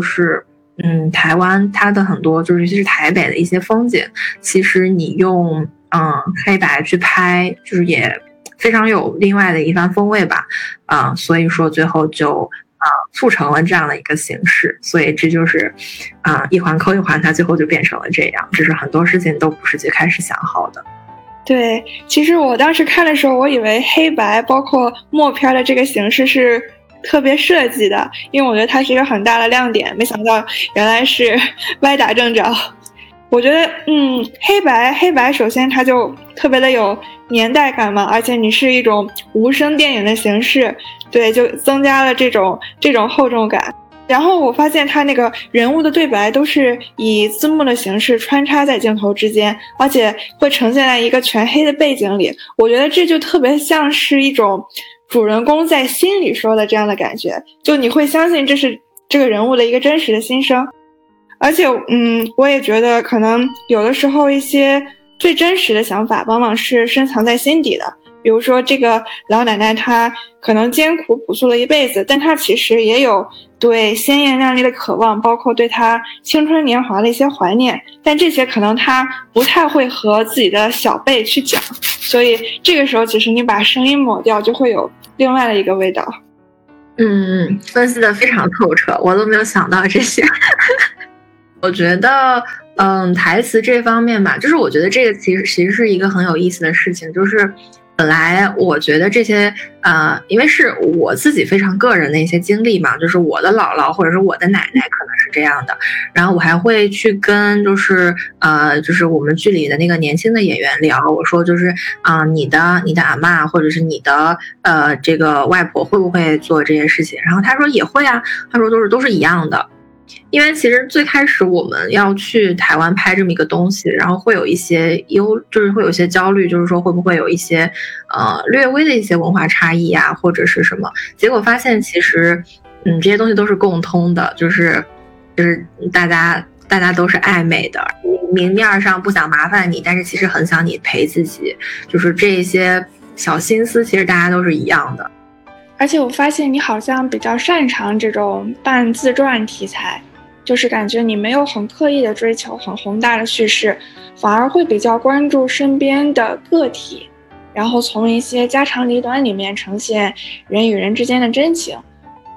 嗯，台湾它的很多就是尤其是台北的一些风景，其实你用嗯黑白去拍，就是也非常有另外的一番风味吧，啊、呃，所以说最后就啊、呃、促成了这样的一个形式，所以这就是啊、呃、一环扣一环，它最后就变成了这样，就是很多事情都不是最开始想好的。 对，其实我当时看的时候，我以为黑白包括默片的这个形式是特别设计的，因为我觉得它是一个很大的亮点，没想到原来是歪打正着。我觉得嗯，黑白黑白首先它就特别的有年代感嘛，而且你是一种无声电影的形式，对，就增加了这种这种厚重感。然后我发现他那个人物的对白都是以字幕的形式穿插在镜头之间，而且会呈现在一个全黑的背景里，我觉得这就特别像是一种主人公在心里说的这样的感觉，就你会相信这是这个人物的一个真实的心声。而且嗯，我也觉得可能有的时候一些最真实的想法往往是深藏在心底的，比如说这个老奶奶她可能艰苦朴素了一辈子，但她其实也有对鲜艳亮丽的渴望，包括对她青春年华的一些怀念，但这些可能她不太会和自己的小辈去讲，所以这个时候其实你把声音抹掉就会有另外的一个味道。 嗯，分析的非常透彻，我都没有想到这些。我觉得嗯，台词这方面吧，就是我觉得这个其实其实是一个很有意思的事情，就是本来我觉得这些呃，因为是我自己非常个人的一些经历嘛，就是我的姥姥或者是我的奶奶可能是这样的，然后我还会去跟就是呃，就是我们剧里的那个年轻的演员聊，我说就是啊、呃，你的你的阿嬷或者是你的呃这个外婆会不会做这些事情？然后他说也会啊，他说都是都是一样的。因为其实最开始我们要去台湾拍这么一个东西，然后会有一些忧，就是会有一些焦虑，就是说会不会有一些呃略微的一些文化差异啊，或者是什么？结果发现其实嗯这些东西都是共通的，就是就是大家大家都是爱美的，明面上不想麻烦你，但是其实很想你陪自己，就是这一些小心思，其实大家都是一样的。 而且我发现你好像比较擅长这种半自传题材，就是感觉你没有很刻意的追求很宏大的叙事，反而会比较关注身边的个体，然后从一些家长里短里面呈现人与人之间的真情。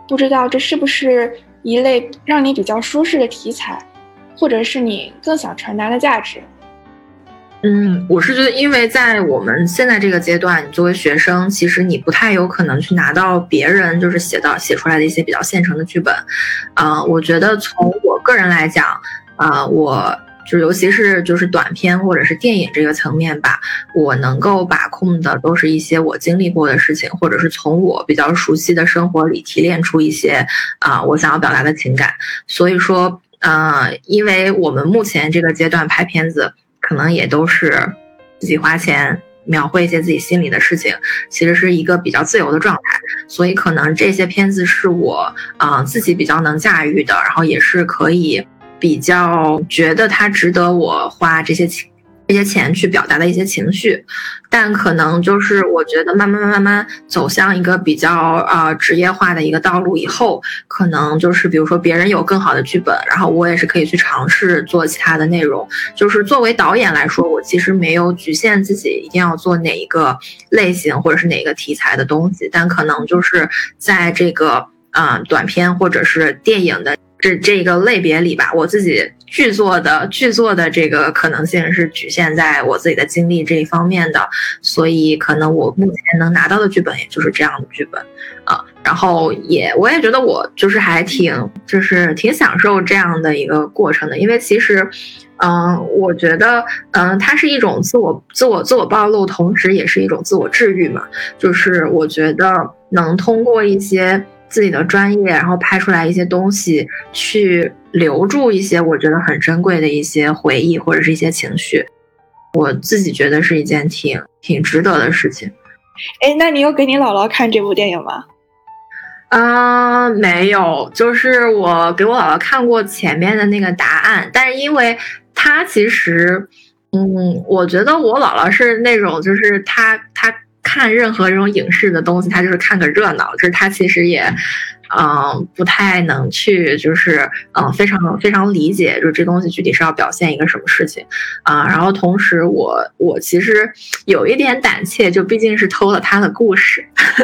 不知道这是不是一类让你比较舒适的题材，或者是你更想传达的价值？ 嗯，我是觉得，因为在我们现在这个阶段，你作为学生，其实你不太有可能去拿到别人就是写到写出来的一些比较现成的剧本。啊、呃，我觉得从我个人来讲，啊、呃，我就尤其是就是短片或者是电影这个层面吧，我能够把控的都是一些我经历过的事情，或者是从我比较熟悉的生活里提炼出一些啊、呃、我想要表达的情感。所以说，呃，因为我们目前这个阶段拍片子，可能也都是自己花钱描绘一些自己心里的事情，其实是一个比较自由的状态，所以可能这些片子是我啊、呃、自己比较能驾驭的，然后也是可以比较觉得它值得我花这些钱这些钱去表达的一些情绪。但可能就是我觉得慢慢慢慢走向一个比较呃职业化的一个道路以后，可能就是比如说别人有更好的剧本，然后我也是可以去尝试做其他的内容。就是作为导演来说，我其实没有局限自己一定要做哪一个类型或者是哪个题材的东西，但可能就是在这个呃短片或者是电影的这这个类别里吧，我自己剧作的剧作的这个可能性是局限在我自己的经历这一方面的，所以可能我目前能拿到的剧本也就是这样的剧本啊、呃。然后也我也觉得我就是还挺就是挺享受这样的一个过程的，因为其实嗯、呃，我觉得嗯、呃，它是一种自我自我自我暴露，同时也是一种自我治愈嘛。就是我觉得能通过一些自己的专业，然后拍出来一些东西，去留住一些我觉得很珍贵的一些回忆或者是一些情绪，我自己觉得是一件挺挺值得的事情。 哎，那你有给你姥姥看这部电影吗？ 啊、呃，没有，就是我给我姥姥看过前面的那个答案，但是因为她其实，嗯，我觉得我姥姥是那种，就是她她。看任何这种影视的东西，他就是看个热闹，就是他其实也，嗯、呃，不太能去，就是嗯、呃，非常非常理解，就是这东西具体是要表现一个什么事情啊、呃。然后同时我，我我其实有一点胆怯，就毕竟是偷了他的故事。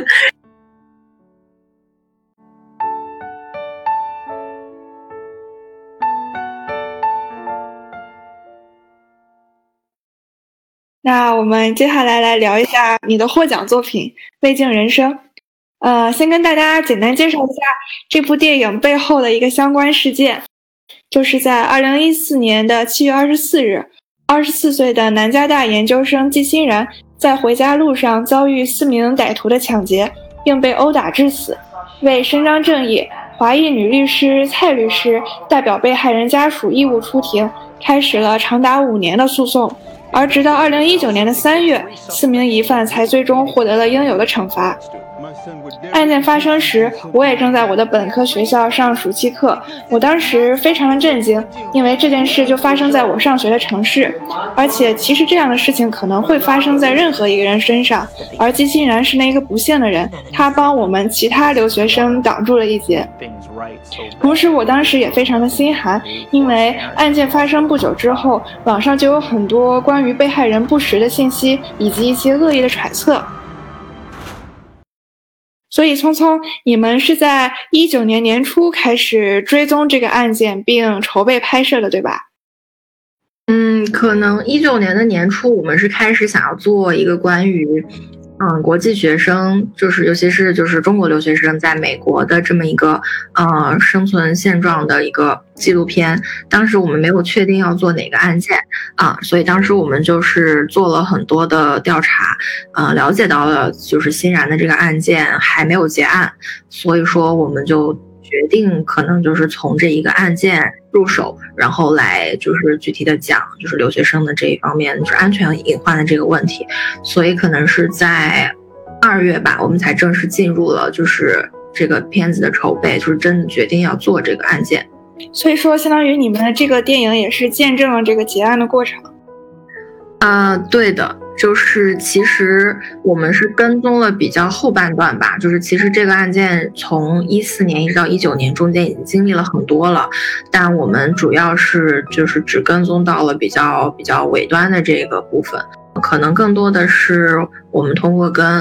那我们接下来来聊一下你的获奖作品《未尽人生》。呃，先跟大家简单介绍一下这部电影背后的一个相关事件，就是在二零一四年的七月二十四日，二十四岁的南加大研究生季欣然在回家路上遭遇四名歹徒的抢劫，并被殴打致死。为伸张正义，华裔女律师蔡律师代表被害人家属义务出庭，开始了长达五年的诉讼。而直到二零一九年的三月，四名疑犯才最终获得了应有的惩罚。案件发生时，我也正在我的本科学校上暑期课。我当时非常的震惊，因为这件事就发生在我上学的城市，而且其实这样的事情可能会发生在任何一个人身上，而季欣然是那个不幸的人，他帮我们其他留学生挡住了一劫。同时我当时也非常的心寒，因为案件发生不久之后，网上就有很多关于被害人不实的信息以及一些恶意的揣测。所以聪聪，你们是在一九年年初开始追踪这个案件并筹备拍摄的，对吧？ 嗯，可能一九年的年初，我们是开始想要做一个关于嗯，国际学生，就是尤其是就是中国留学生在美国的这么一个呃生存现状的一个纪录片。当时我们没有确定要做哪个案件啊，所以当时我们就是做了很多的调查，呃，了解到了就是欣然的这个案件还没有结案，所以说我们就决定可能就是从这一个案件入手，然后来就是具体的讲就是留学生的这一方面就是安全隐患的这个问题。所以可能是在二月吧，我们才正式进入了就是这个片子的筹备，就是真的决定要做这个案件。 所以说相当于你们的这个电影也是见证了这个结案的过程。 啊、呃，对的，就是其实我们是跟踪了比较后半段吧，就是其实这个案件从一四年一直到一九年中间已经经历了很多了，但我们主要是就是只跟踪到了比较比较尾端的这个部分，可能更多的是我们通过跟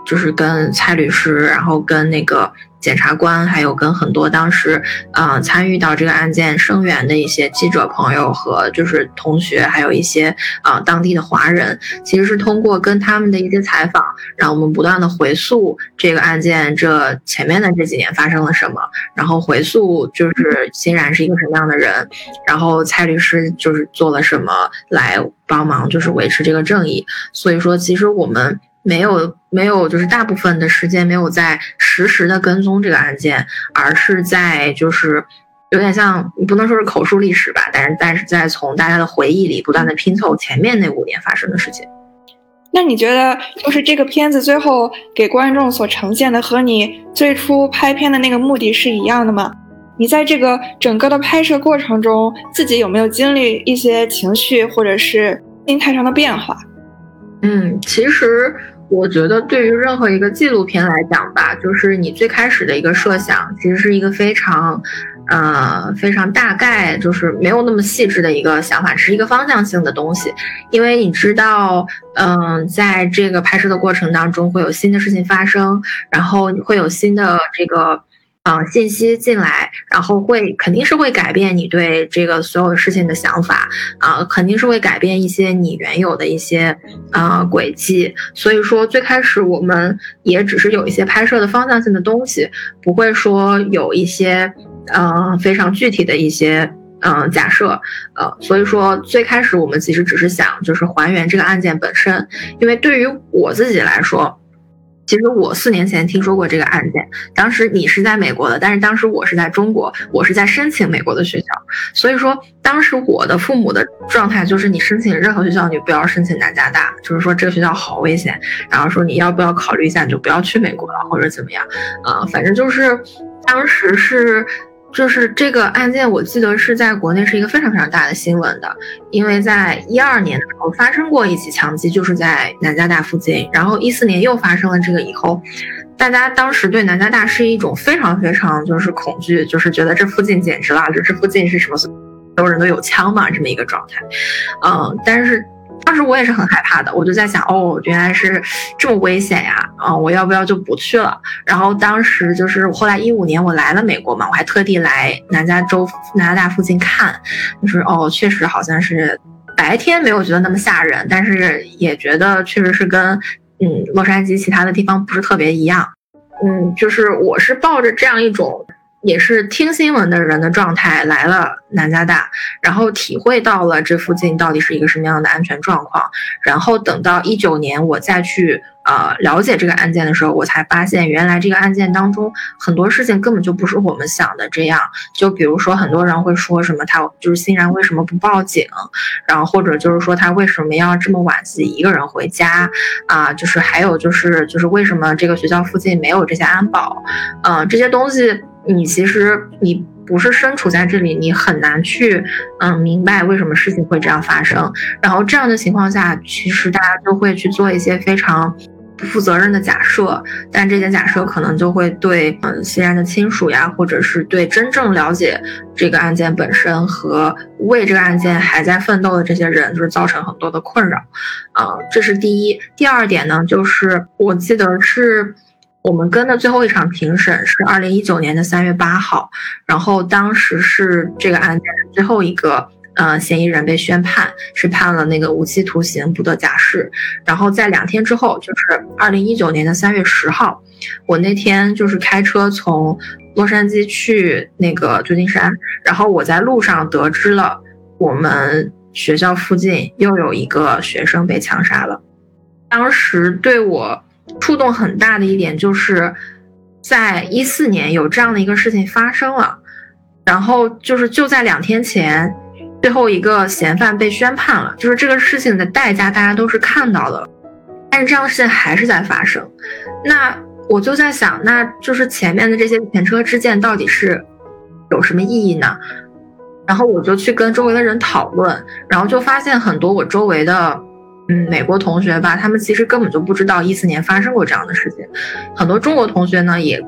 就是跟蔡律师，然后跟那个检察官，还有跟很多当时呃参与到这个案件声援的一些记者朋友和就是同学，还有一些呃当地的华人，其实是通过跟他们的一些采访，让我们不断的回溯这个案件这前面的这几年发生了什么，然后回溯就是欣然是一个什么样的人，然后蔡律师就是做了什么来帮忙就是维持这个正义。所以说其实我们没有没有就是大部分的时间没有在实时的跟踪这个案件，而是在就是有点像你不能说是口述历史吧，但是但是在从大家的回忆里不断的拼凑前面那五年发生的事情。 那你觉得就是这个片子最后给观众所呈现的和你最初拍片的那个目的是一样的吗？你在这个整个的拍摄过程中自己有没有经历一些情绪或者是心态上的变化？ 嗯，其实我觉得对于任何一个纪录片来讲吧，就是你最开始的一个设想其实是一个非常呃非常大概，就是没有那么细致的一个想法，是一个方向性的东西。因为你知道嗯、呃，在这个拍摄的过程当中会有新的事情发生，然后会有新的这个呃信息进来，然后会肯定是会改变你对这个所有的事情的想法啊、呃，肯定是会改变一些你原有的一些呃轨迹。所以说最开始我们也只是有一些拍摄的方向性的东西，不会说有一些呃非常具体的一些嗯、呃，假设，呃，所以说最开始我们其实只是想就是还原这个案件本身。因为对于我自己来说，其实我四年前听说过这个案件，当时你是在美国的，但是当时我是在中国，我是在申请美国的学校，所以说当时我的父母的状态就是你申请任何学校你不要申请南加大，就是说这个学校好危险，然后说你要不要考虑一下你就不要去美国了或者怎么样，呃，反正就是当时是就是这个案件我记得是在国内是一个非常非常大的新闻的。因为在一二年的时候发生过一起枪击，就是在南加大附近，然后一四年又发生了这个以后，大家当时对南加大是一种非常非常就是恐惧，就是觉得这附近简直了，就这附近是什么所有人都有枪嘛这么一个状态。嗯，但是当时我也是很害怕的，我就在想，哦，原来是这么危险呀，啊，我要不要就不去了？然后当时就是后来一五年我来了美国嘛，我还特地来南加州南加大附近看，就是哦，确实好像是白天没有觉得那么吓人，但是也觉得确实是跟嗯洛杉矶其他的地方不是特别一样。嗯，就是我是抱着这样一种也是听新闻的人的状态来了南加大，然后体会到了这附近到底是一个什么样的安全状况，然后等到一九年我再去呃了解这个案件的时候，我才发现原来这个案件当中很多事情根本就不是我们想的这样。就比如说很多人会说什么他就是欣然为什么不报警，然后或者就是说他为什么要这么晚自己一个人回家啊、呃，就是还有就是就是为什么这个学校附近没有这些安保，呃这些东西你其实你不是身处在这里，你很难去嗯明白为什么事情会这样发生。然后这样的情况下，其实大家就会去做一些非常不负责任的假设，但这些假设可能就会对嗯欣然的亲属呀，或者是对真正了解这个案件本身和为这个案件还在奋斗的这些人，就是造成很多的困扰。呃，这是第一。第二点呢，就是我记得是我们跟的最后一场评审是二零一九年的三月八号，然后当时是这个案件的最后一个呃嫌疑人被宣判，是判了那个无期徒刑不得假释。然后在两天之后，就是二零一九年的三月十号，我那天就是开车从洛杉矶去那个旧金山，然后我在路上得知了我们学校附近又有一个学生被枪杀了。当时对我触动很大的一点就是在一四年有这样的一个事情发生了，然后就是就在两天前最后一个嫌犯被宣判了，就是这个事情的代价大家都是看到的，但是这样的事情还是在发生。那我就在想，那就是前面的这些前车之鉴到底是有什么意义呢？然后我就去跟周围的人讨论，然后就发现很多我周围的嗯，美国同学吧，他们其实根本就不知道一四年发生过这样的事情。很多中国同学呢，也跟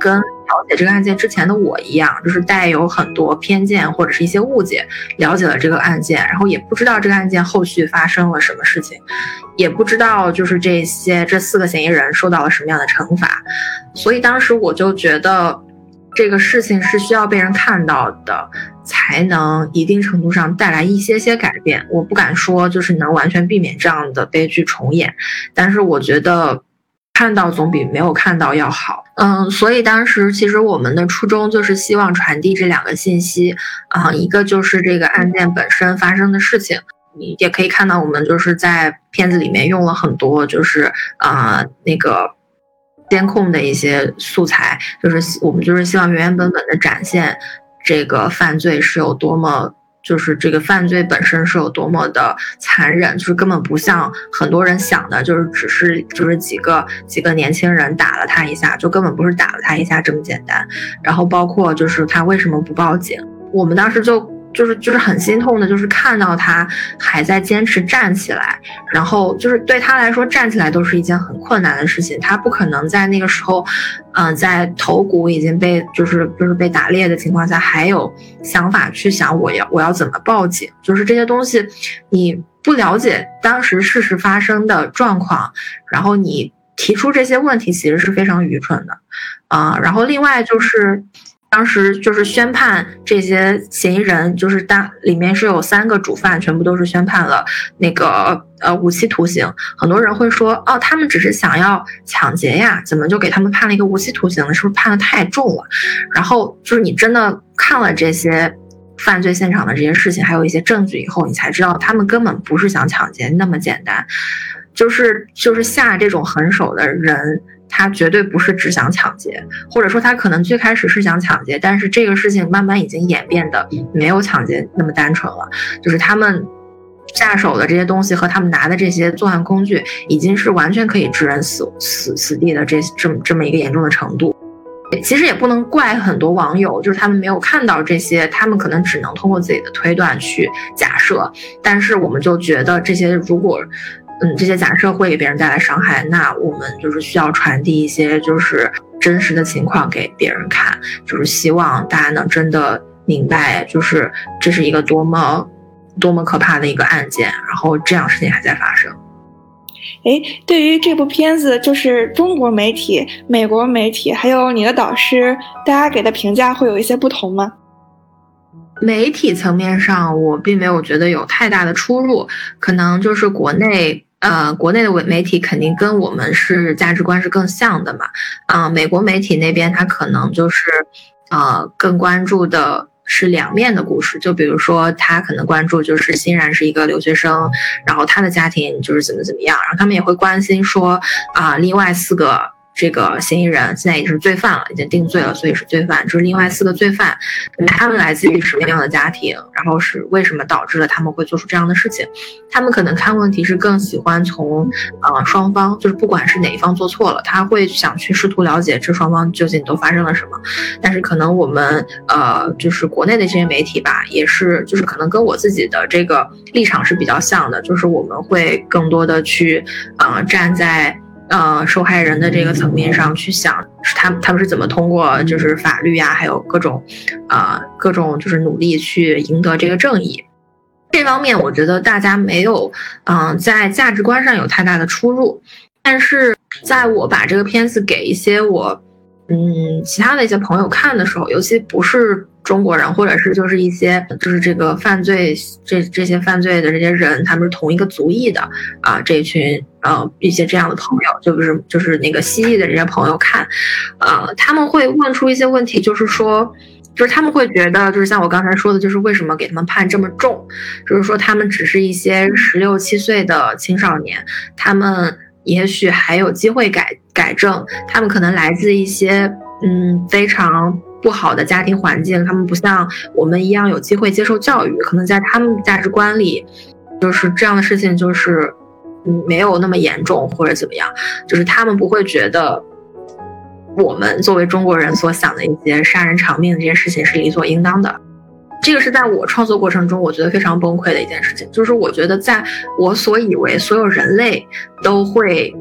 了解这个案件之前的我一样，就是带有很多偏见或者是一些误解，了解了这个案件，然后也不知道这个案件后续发生了什么事情，也不知道就是这些这四个嫌疑人受到了什么样的惩罚。所以当时我就觉得这个事情是需要被人看到的，才能一定程度上带来一些些改变。我不敢说就是能完全避免这样的悲剧重演，但是我觉得看到总比没有看到要好。嗯，所以当时其实我们的初衷就是希望传递这两个信息啊、呃，一个就是这个案件本身发生的事情，你也可以看到我们就是在片子里面用了很多就是啊、呃、那个监控的一些素材，就是我们就是希望原原本本的展现这个犯罪是有多么，就是这个犯罪本身是有多么的残忍，就是根本不像很多人想的，就是只是就是几个几个年轻人打了他一下，就根本不是打了他一下这么简单。然后包括就是他为什么不报警，我们当时就就是就是很心痛的，就是看到他还在坚持站起来，然后就是对他来说站起来都是一件很困难的事情，他不可能在那个时候嗯、呃，在头骨已经被就是就是被打裂的情况下还有想法去想我要我要怎么报警，就是这些东西你不了解当时事实发生的状况，然后你提出这些问题其实是非常愚蠢的啊、呃。然后另外就是当时就是宣判这些嫌疑人，就是当里面是有三个主犯，全部都是宣判了那个呃无期徒刑。很多人会说，哦，他们只是想要抢劫呀，怎么就给他们判了一个无期徒刑呢？是不是判得太重了？然后就是你真的看了这些犯罪现场的这些事情，还有一些证据以后，你才知道他们根本不是想抢劫那么简单，就是就是下这种狠手的人。他绝对不是只想抢劫，或者说他可能最开始是想抢劫，但是这个事情慢慢已经演变的没有抢劫那么单纯了，就是他们下手的这些东西和他们拿的这些作案工具已经是完全可以致人死死死地的这这么这么一个严重的程度。其实也不能怪很多网友，就是他们没有看到这些，他们可能只能通过自己的推断去假设，但是我们就觉得这些如果嗯，这些假设会给别人带来伤害，那我们就是需要传递一些就是真实的情况给别人看，就是希望大家能真的明白，就是这是一个多么多么可怕的一个案件，然后这样事情还在发生。 诶，对于这部片子，就是中国媒体、美国媒体还有你的导师，大家给的评价会有一些不同吗？ 媒体层面上我并没有觉得有太大的出入，可能就是国内呃，国内的媒体肯定跟我们是价值观是更像的嘛，啊、呃，美国媒体那边他可能就是呃更关注的是两面的故事，就比如说他可能关注就是欣然是一个留学生，然后他的家庭就是怎么怎么样，然后他们也会关心说啊、呃，另外四个这个嫌疑人现在已经是罪犯了，已经定罪了，所以是罪犯。就是另外四个罪犯，他们来自于什么样的家庭，然后是为什么导致了他们会做出这样的事情。他们可能看问题是更喜欢从呃双方，就是不管是哪一方做错了，他会想去试图了解这双方究竟都发生了什么。但是可能我们呃就是国内的这些媒体吧，也是就是可能跟我自己的这个立场是比较像的，就是我们会更多的去呃站在呃，受害人的这个层面上去想，他他们是怎么通过就是法律啊，还有各种，呃，各种就是努力去赢得这个正义。这方面我觉得大家没有，嗯、呃，在价值观上有太大的出入。但是在我把这个片子给一些我，嗯，其他的一些朋友看的时候，尤其不是中国人，或者是就是一些就是这个犯罪这这些犯罪的这些人，他们是同一个族裔的啊，这一群呃一些这样的朋友，就是就是那个西裔的这些朋友看，呃，他们会问出一些问题，就是说。就是他们会觉得，就是像我刚才说的，就是为什么给他们判这么重？就是说他们只是一些十六七岁的青少年，他们也许还有机会改改正，他们可能来自一些嗯非常不好的家庭环境，他们不像我们一样有机会接受教育，可能在他们价值观里，就是这样的事情就是嗯没有那么严重或者怎么样，就是他们不会觉得。我们作为中国人所想的一些杀人偿命的这些事情是理所应当的，这个是在我创作过程中我觉得非常崩溃的一件事情，就是我觉得在我所以为所有人类都会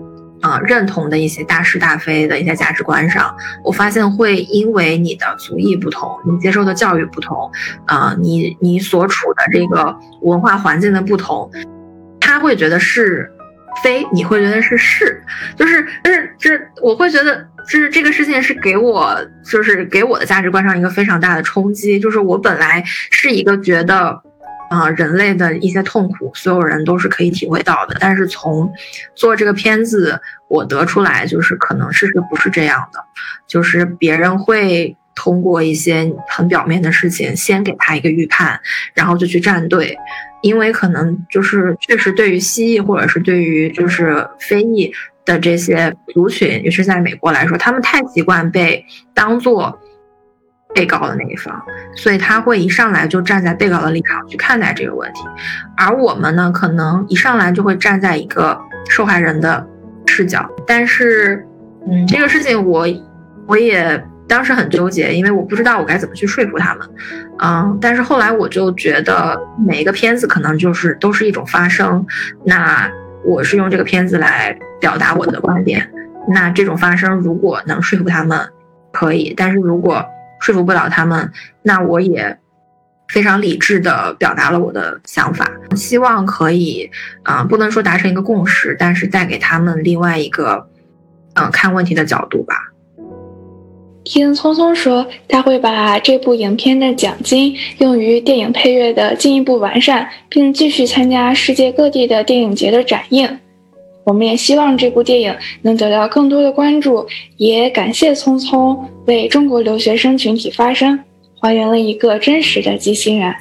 呃认同的一些大是大非的一些价值观上，我发现会因为你的族裔不同，你接受的教育不同，呃，你你所处的这个文化环境的不同，他会觉得是非，你会觉得是是，就是就是这我会觉得就是这个事情是给我就是给我的价值观上一个非常大的冲击，就是我本来是一个觉得呃，人类的一些痛苦，所有人都是可以体会到的。但是从做这个片子，我得出来就是可能事实不是这样的，就是别人会通过一些很表面的事情，先给他一个预判，然后就去站队。因为可能就是确实对于西裔或者是对于就是非裔的这些族群，尤其是在美国来说，他们太习惯被当作被告的那一方，所以他会一上来就站在被告的立场去看待这个问题，而我们呢，可能一上来就会站在一个受害人的视角。但是，嗯，这个事情我我也当时很纠结，因为我不知道我该怎么去说服他们，嗯，但是后来我就觉得每一个片子可能就是都是一种发声，那我是用这个片子来表达我的观点，那这种发声如果能说服他们，可以，但是如果说服不了他们，那我也非常理智地表达了我的想法，希望可以啊、呃，不能说达成一个共识，但是带给他们另外一个嗯、呃、看问题的角度吧。 听聪聪说，他会把这部影片的奖金用于电影配乐的进一步完善，并继续参加世界各地的电影节的展映。我们也希望这部电影能得到更多的关注，也感谢聪聪为中国留学生群体发声，还原了一个真实的畸形人。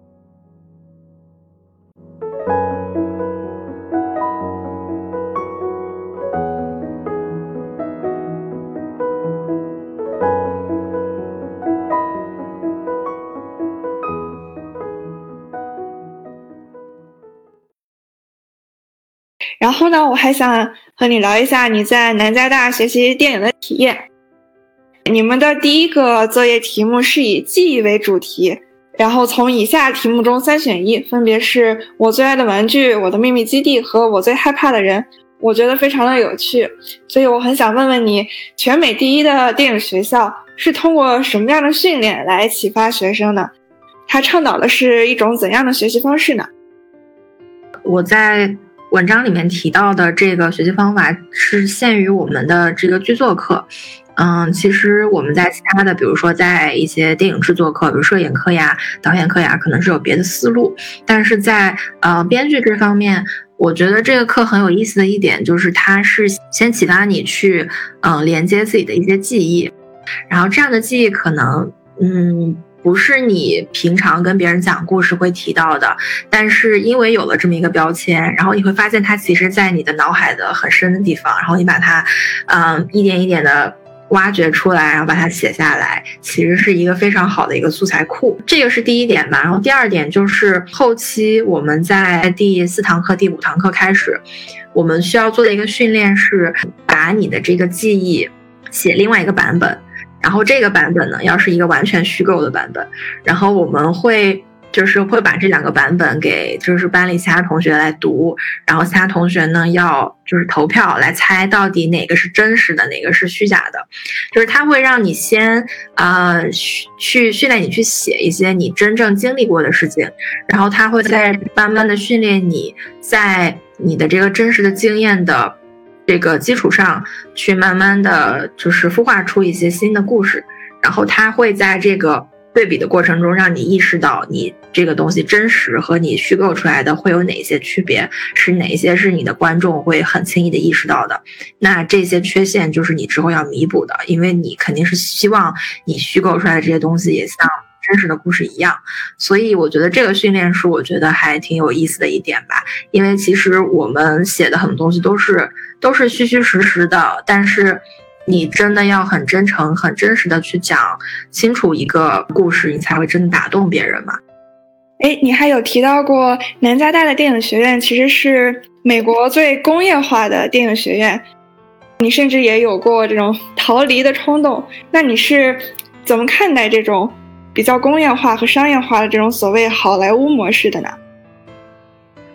然后呢，我还想和你聊一下你在南加大学习电影的体验。你们的第一个作业题目是以记忆为主题，然后从以下题目中三选一，分别是我最爱的玩具、我的秘密基地和我最害怕的人。我觉得非常的有趣，所以我很想问问你，全美第一的电影学校是通过什么样的训练来启发学生呢？它倡导的是一种怎样的学习方式呢？ 我在文章里面提到的这个学习方法是限于我们的这个剧作课。嗯，其实我们在其他的，比如说在一些电影制作课，比如摄影课呀、导演课呀，可能是有别的思路。但是在呃编剧这方面，我觉得这个课很有意思的一点就是，它是先启发你去呃连接自己的一些记忆，然后这样的记忆可能嗯。不是你平常跟别人讲故事会提到的，但是因为有了这么一个标签，然后你会发现它其实在你的脑海的很深的地方，然后你把它嗯一点一点的挖掘出来，然后把它写下来，其实是一个非常好的一个素材库。这个是第一点吧。然后第二点就是后期我们在第四堂课第五堂课开始，我们需要做的一个训练是把你的这个记忆写另外一个版本，然后这个版本呢，要是一个完全虚构的版本，然后我们会就是会把这两个版本给就是班里其他同学来读，然后其他同学呢要就是投票来猜到底哪个是真实的，哪个是虚假的。就是它会让你先呃去训练你去写一些你真正经历过的事情，然后它会再慢慢的训练你在你的这个真实的经验的这个基础上去慢慢的就是孵化出一些新的故事，然后它会在这个对比的过程中让你意识到你这个东西真实和你虚构出来的会有哪些区别，是哪些是你的观众会很轻易的意识到的，那这些缺陷就是你之后要弥补的，因为你肯定是希望你虚构出来的这些东西也像真实的故事一样。所以我觉得这个训练是我觉得还挺有意思的一点吧，因为其实我们写的很多东西都是都是虚虚实实的，但是你真的要很真诚很真实的去讲清楚一个故事，你才会真的打动别人嘛。 诶，你还有提到过南加大的电影学院其实是美国最工业化的电影学院，你甚至也有过这种逃离的冲动，那你是怎么看待这种比较工业化和商业化的这种所谓好莱坞模式的呢？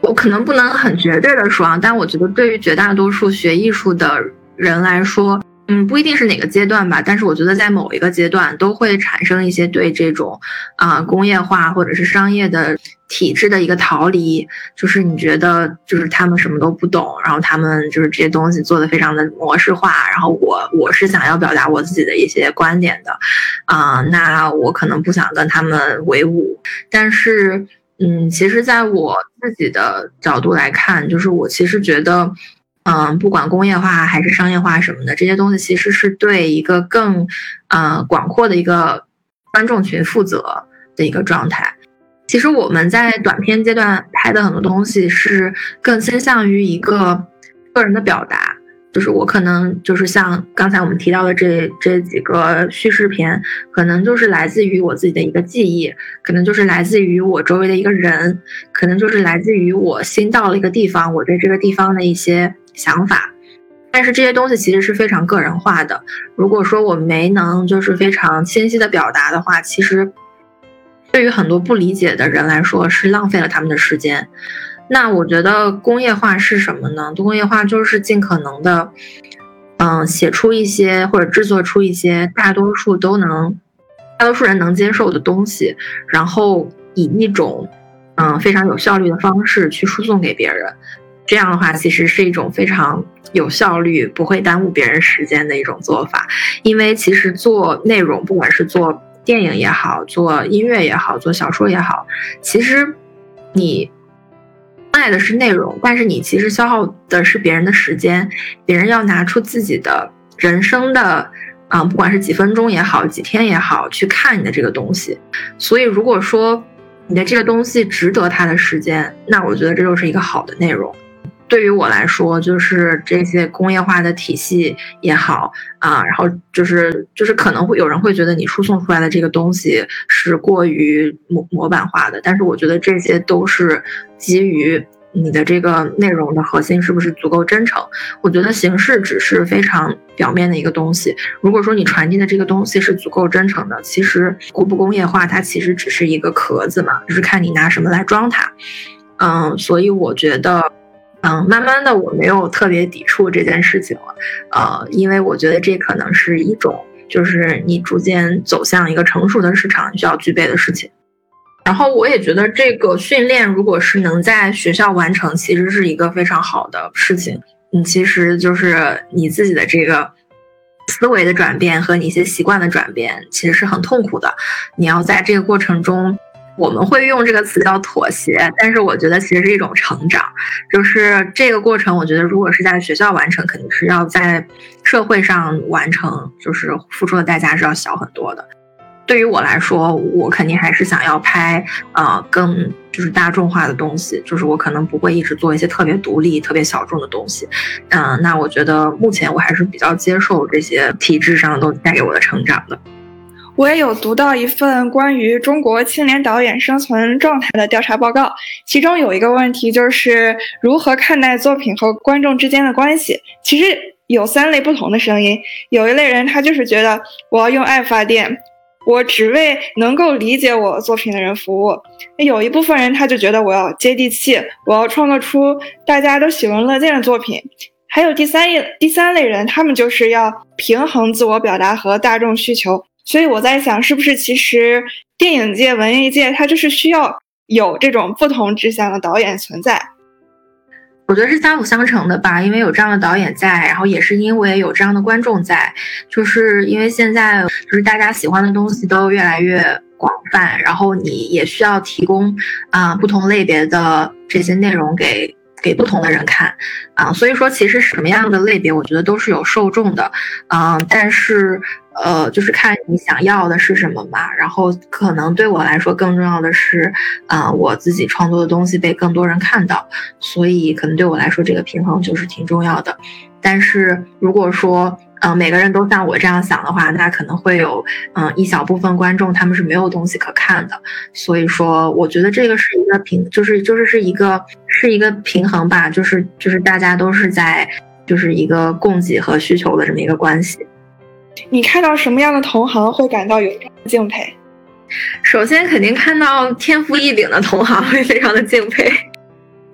我可能不能很绝对的说啊，但我觉得对于绝大多数学艺术的人来说，嗯，不一定是哪个阶段吧，但是我觉得在某一个阶段都会产生一些对这种啊、呃、工业化或者是商业的体制的一个逃离，就是你觉得就是他们什么都不懂，然后他们就是这些东西做得非常的模式化，然后我我是想要表达我自己的一些观点的啊、呃，那我可能不想跟他们为伍，但是嗯，其实在我自己的角度来看，就是我其实觉得嗯，不管工业化还是商业化什么的，这些东西其实是对一个更呃广阔的一个观众群负责的一个状态。其实我们在短片阶段拍的很多东西是更倾向于一个个人的表达，就是我可能就是像刚才我们提到的这这几个叙事片，可能就是来自于我自己的一个记忆，可能就是来自于我周围的一个人，可能就是来自于我新到了一个地方，我对这个地方的一些想法。但是这些东西其实是非常个人化的，如果说我没能就是非常清晰的表达的话，其实对于很多不理解的人来说是浪费了他们的时间。那我觉得工业化是什么呢？工业化就是尽可能的嗯，写出一些或者制作出一些大多数都能大多数人能接受的东西，然后以一种嗯非常有效率的方式去输送给别人。这样的话其实是一种非常有效率，不会耽误别人时间的一种做法。因为其实做内容，不管是做电影也好，做音乐也好，做小说也好，其实你卖的是内容，但是你其实消耗的是别人的时间，别人要拿出自己的人生的啊、呃，不管是几分钟也好，几天也好，去看你的这个东西。所以如果说你的这个东西值得他的时间，那我觉得这就是一个好的内容。对于我来说，就是这些工业化的体系也好啊，然后就是就是可能会有人会觉得你输送出来的这个东西是过于模模板化的，但是我觉得这些都是基于你的这个内容的核心是不是足够真诚。我觉得形式只是非常表面的一个东西，如果说你传递的这个东西是足够真诚的，其实工不工业化它其实只是一个壳子嘛，就是看你拿什么来装它。嗯，所以我觉得嗯，慢慢的我没有特别抵触这件事情了，呃，因为我觉得这可能是一种就是你逐渐走向一个成熟的市场需要具备的事情。然后我也觉得这个训练如果是能在学校完成，其实是一个非常好的事情。你其实就是你自己的这个思维的转变和你一些习惯的转变其实是很痛苦的，你要在这个过程中，我们会用这个词叫妥协，但是我觉得其实是一种成长。就是这个过程我觉得如果是在学校完成，肯定是要在社会上完成，就是付出的代价是要小很多的。对于我来说，我肯定还是想要拍呃更就是大众化的东西，就是我可能不会一直做一些特别独立特别小众的东西。嗯、呃，那我觉得目前我还是比较接受这些体制上都带给我的成长的。 我也有读到一份关于中国青年导演生存状态的调查报告，其中有一个问题就是如何看待作品和观众之间的关系。其实有三类不同的声音，有一类人他就是觉得我要用爱发电，我只为能够理解我作品的人服务。有一部分人他就觉得我要接地气，我要创作出大家都喜闻乐见的作品。还有第三第三类人，他们就是要平衡自我表达和大众需求。所以我在想，是不是其实电影界文艺界它就是需要有这种不同志向的导演存在。 我觉得是相辅相成的吧，因为有这样的导演在，然后也是因为有这样的观众在，就是因为现在就是大家喜欢的东西都越来越广泛，然后你也需要提供啊、呃、不同类别的这些内容给给不同的人看啊、呃，所以说其实什么样的类别我觉得都是有受众的，嗯、呃，但是呃就是看你想要的是什么嘛，然后可能对我来说更重要的是啊、呃、我自己创作的东西被更多人看到，所以可能对我来说这个平衡就是挺重要的。但是如果说嗯、呃，每个人都像我这样想的话，那可能会有嗯、呃、一小部分观众他们是没有东西可看的。所以说，我觉得这个是一个平，就是就是是一个是一个平衡吧，就是就是大家都是在就是一个供给和需求的这么一个关系。 你看到什么样的同行会感到有敬佩？ 首先肯定看到天赋异禀的同行会非常的敬佩。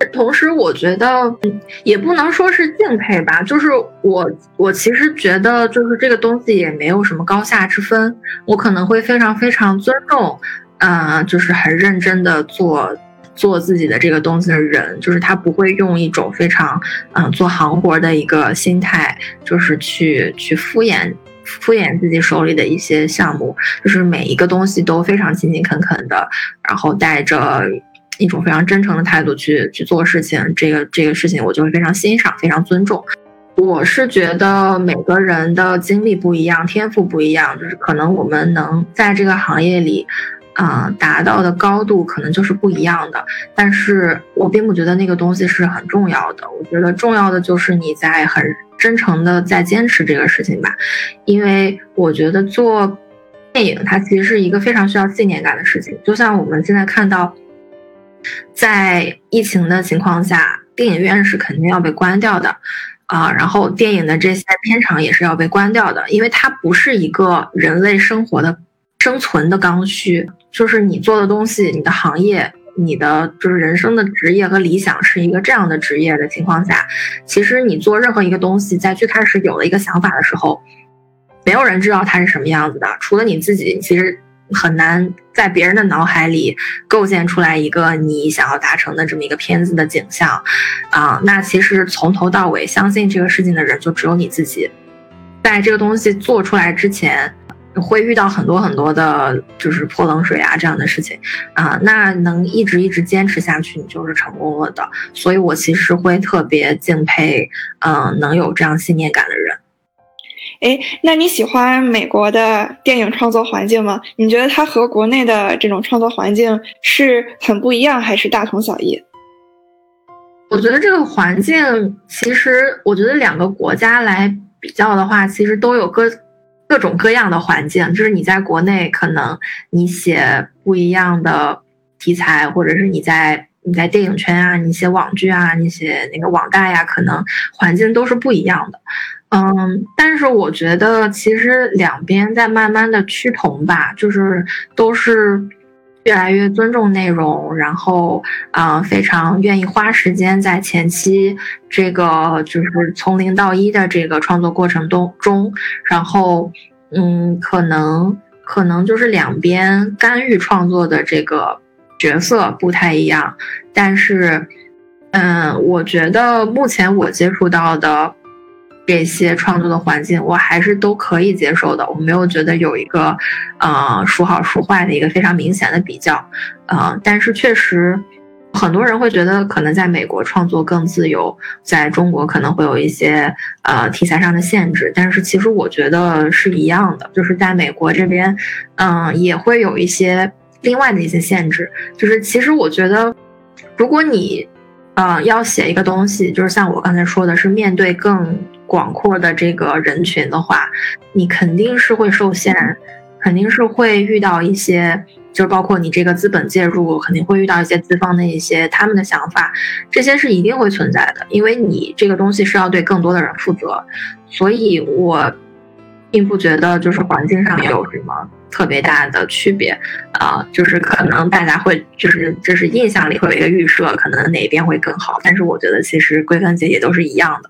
同时我觉得也不能说是敬佩吧，就是我我其实觉得就是这个东西也没有什么高下之分，我可能会非常非常尊重呃，就是很认真的做做自己的这个东西的人，就是他不会用一种非常嗯、呃、做行活的一个心态，就是去去敷衍敷衍自己手里的一些项目，就是每一个东西都非常勤勤恳恳的，然后带着一种非常真诚的态度去去做事情，这个这个事情我就会非常欣赏，非常尊重。我是觉得每个人的经历不一样，天赋不一样，就是可能我们能在这个行业里啊、呃、达到的高度可能就是不一样的，但是我并不觉得那个东西是很重要的，我觉得重要的就是你在很真诚的在坚持这个事情吧，因为我觉得做电影它其实是一个非常需要信念感的事情，就像我们现在看到在疫情的情况下，电影院是肯定要被关掉的啊、呃，然后电影的这些片场也是要被关掉的，因为它不是一个人类生活的生存的刚需，就是你做的东西，你的行业，你的就是人生的职业和理想是一个这样的职业的情况下，其实你做任何一个东西，在最开始有了一个想法的时候，没有人知道它是什么样子的，除了你自己，其实很难在别人的脑海里构建出来一个你想要达成的这么一个片子的景象啊、呃。那其实从头到尾相信这个事情的人就只有你自己，在这个东西做出来之前会遇到很多很多的就是泼冷水啊这样的事情啊、呃，那能一直一直坚持下去你就是成功了的，所以我其实会特别敬佩嗯、呃，能有这样信念感的人。 哎，那你喜欢美国的电影创作环境吗？你觉得它和国内的这种创作环境是很不一样，还是大同小异？ 我觉得这个环境，其实我觉得两个国家来比较的话，其实都有各各种各样的环境。就是你在国内，可能你写不一样的题材，或者是你在你在电影圈啊，你写网剧啊，你写那个网大呀，可能环境都是不一样的。嗯，但是我觉得其实两边在慢慢的趋同吧，就是都是越来越尊重内容，然后啊、呃、非常愿意花时间在前期这个就是从零到一的这个创作过程中中，然后嗯可能可能就是两边干预创作的这个角色不太一样，但是嗯我觉得目前我接触到的这些创作的环境我还是都可以接受的，我没有觉得有一个呃孰好孰坏的一个非常明显的比较呃，但是确实很多人会觉得可能在美国创作更自由，在中国可能会有一些呃题材上的限制，但是其实我觉得是一样的，就是在美国这边嗯、呃、也会有一些另外的一些限制，就是其实我觉得如果你呃要写一个东西，就是像我刚才说的是面对更广阔的这个人群的话，你肯定是会受限，肯定是会遇到一些就是包括你这个资本介入，肯定会遇到一些资方的一些他们的想法，这些是一定会存在的，因为你这个东西是要对更多的人负责，所以我并不觉得就是环境上有什么特别大的区别啊、呃，就是可能大家会就是就是印象里会有一个预设，可能哪边会更好，但是我觉得其实归根结底都是一样的。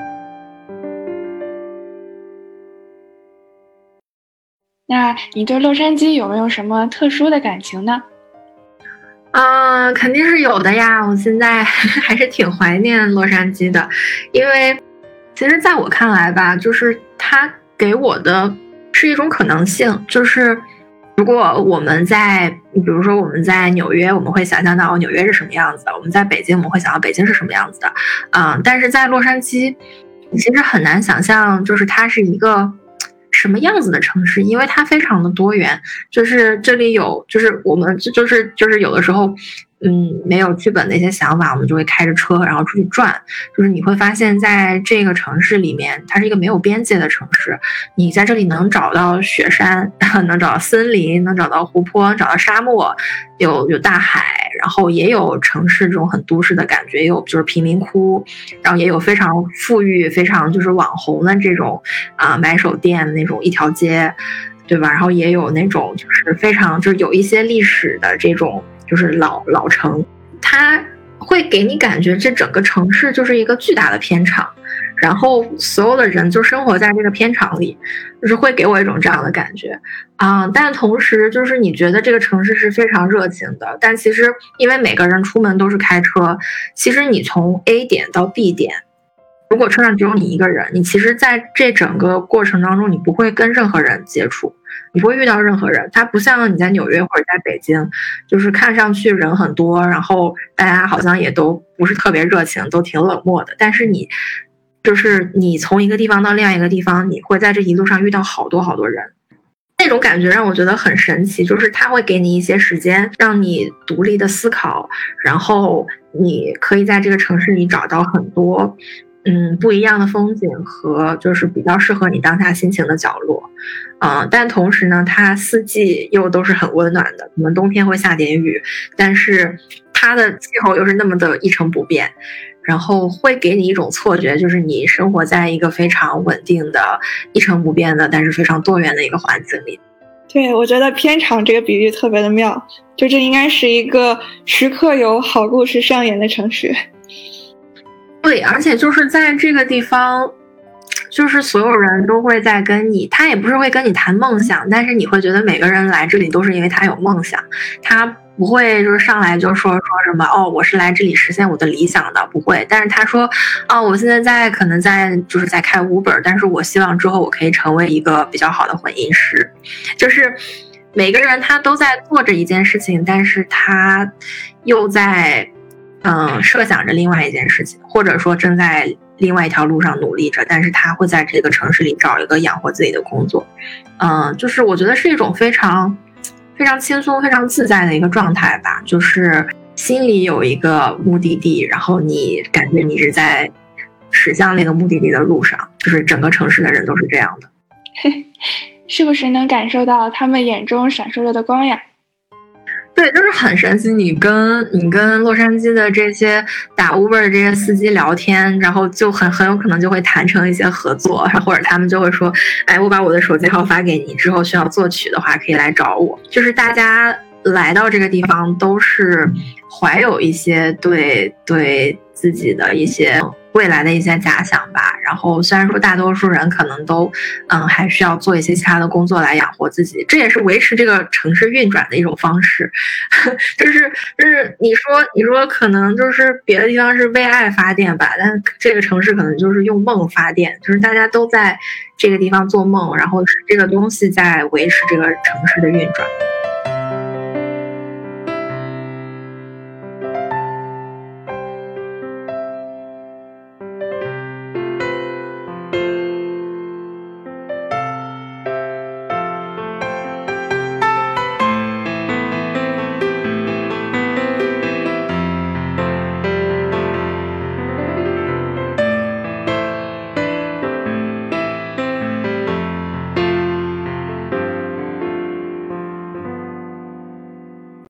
那你对洛杉矶有没有什么特殊的感情呢？ 嗯、呃，肯定是有的呀，我现在还是挺怀念洛杉矶的，因为其实在我看来吧，就是它给我的是一种可能性，就是如果我们在比如说我们在纽约，我们会想象到纽约是什么样子的，我们在北京我们会想到北京是什么样子的啊、呃，但是在洛杉矶你其实很难想象就是它是一个什么样子的城市，因为它非常的多元，就是这里有就是我们就是就是有的时候嗯，没有剧本的一些想法，我们就会开着车然后出去转，就是你会发现在这个城市里面它是一个没有边界的城市，你在这里能找到雪山，能找到森林，能找到湖泊，能找到沙漠，有有大海，然后也有城市这种很都市的感觉，也有就是贫民窟，然后也有非常富裕非常就是网红的这种啊、呃、买手店那种一条街，对吧，然后也有那种就是非常就是有一些历史的这种就是老老城，它会给你感觉这整个城市就是一个巨大的片场，然后所有的人就生活在这个片场里，就是会给我一种这样的感觉啊、嗯。但同时就是你觉得这个城市是非常热情的，但其实因为每个人出门都是开车，其实你从 A 点到 B 点，如果车上只有你一个人，你其实在这整个过程当中你不会跟任何人接触，你不会遇到任何人。它不像你在纽约或者在北京，就是看上去人很多，然后大家好像也都不是特别热情，都挺冷漠的，但是你就是你从一个地方到另外一个地方，你会在这一路上遇到好多好多人，那种感觉让我觉得很神奇，就是它会给你一些时间让你独立的思考，然后你可以在这个城市里找到很多嗯不一样的风景和就是比较适合你当下心情的角落。嗯，但同时呢它四季又都是很温暖的，可能冬天会下点雨，但是它的气候又是那么的一成不变，然后会给你一种错觉，就是你生活在一个非常稳定的一成不变的但是非常多元的一个环境里。 对，我觉得片场这个比喻特别的妙，就这应该是一个时刻有好故事上演的城市。 对，而且就是在这个地方，就是所有人都会在跟你，他也不是会跟你谈梦想，但是你会觉得每个人来这里都是因为他有梦想，他不会就是上来就说说什么哦，我是来这里实现我的理想的，不会。但是他说哦，我现在在可能在就是在开 Uber， 但是我希望之后我可以成为一个比较好的混音师。就是每个人他都在做着一件事情，但是他又在嗯设想着另外一件事情，或者说正在另外一条路上努力着，但是他会在这个城市里找一个养活自己的工作。嗯，就是我觉得是一种非常非常轻松非常自在的一个状态吧，就是心里有一个目的地，然后你感觉你是在驶向那个目的地的路上，就是整个城市的人都是这样的。 是不是能感受到他们眼中闪烁着的光呀？ 对，就是很神奇。你跟你跟洛杉矶的这些打 Uber 的这些司机聊天，然后就很很有可能就会谈成一些合作，或者他们就会说，哎，我把我的手机号发给你，之后需要作曲的话可以来找我。就是大家来到这个地方都是怀有一些对对自己的一些未来的一些假想吧，然后虽然说大多数人可能都嗯还需要做一些其他的工作来养活自己，这也是维持这个城市运转的一种方式。就是就是你说你说可能就是别的地方是为爱发电吧，但这个城市可能就是用梦发电，就是大家都在这个地方做梦，然后是这个东西在维持这个城市的运转。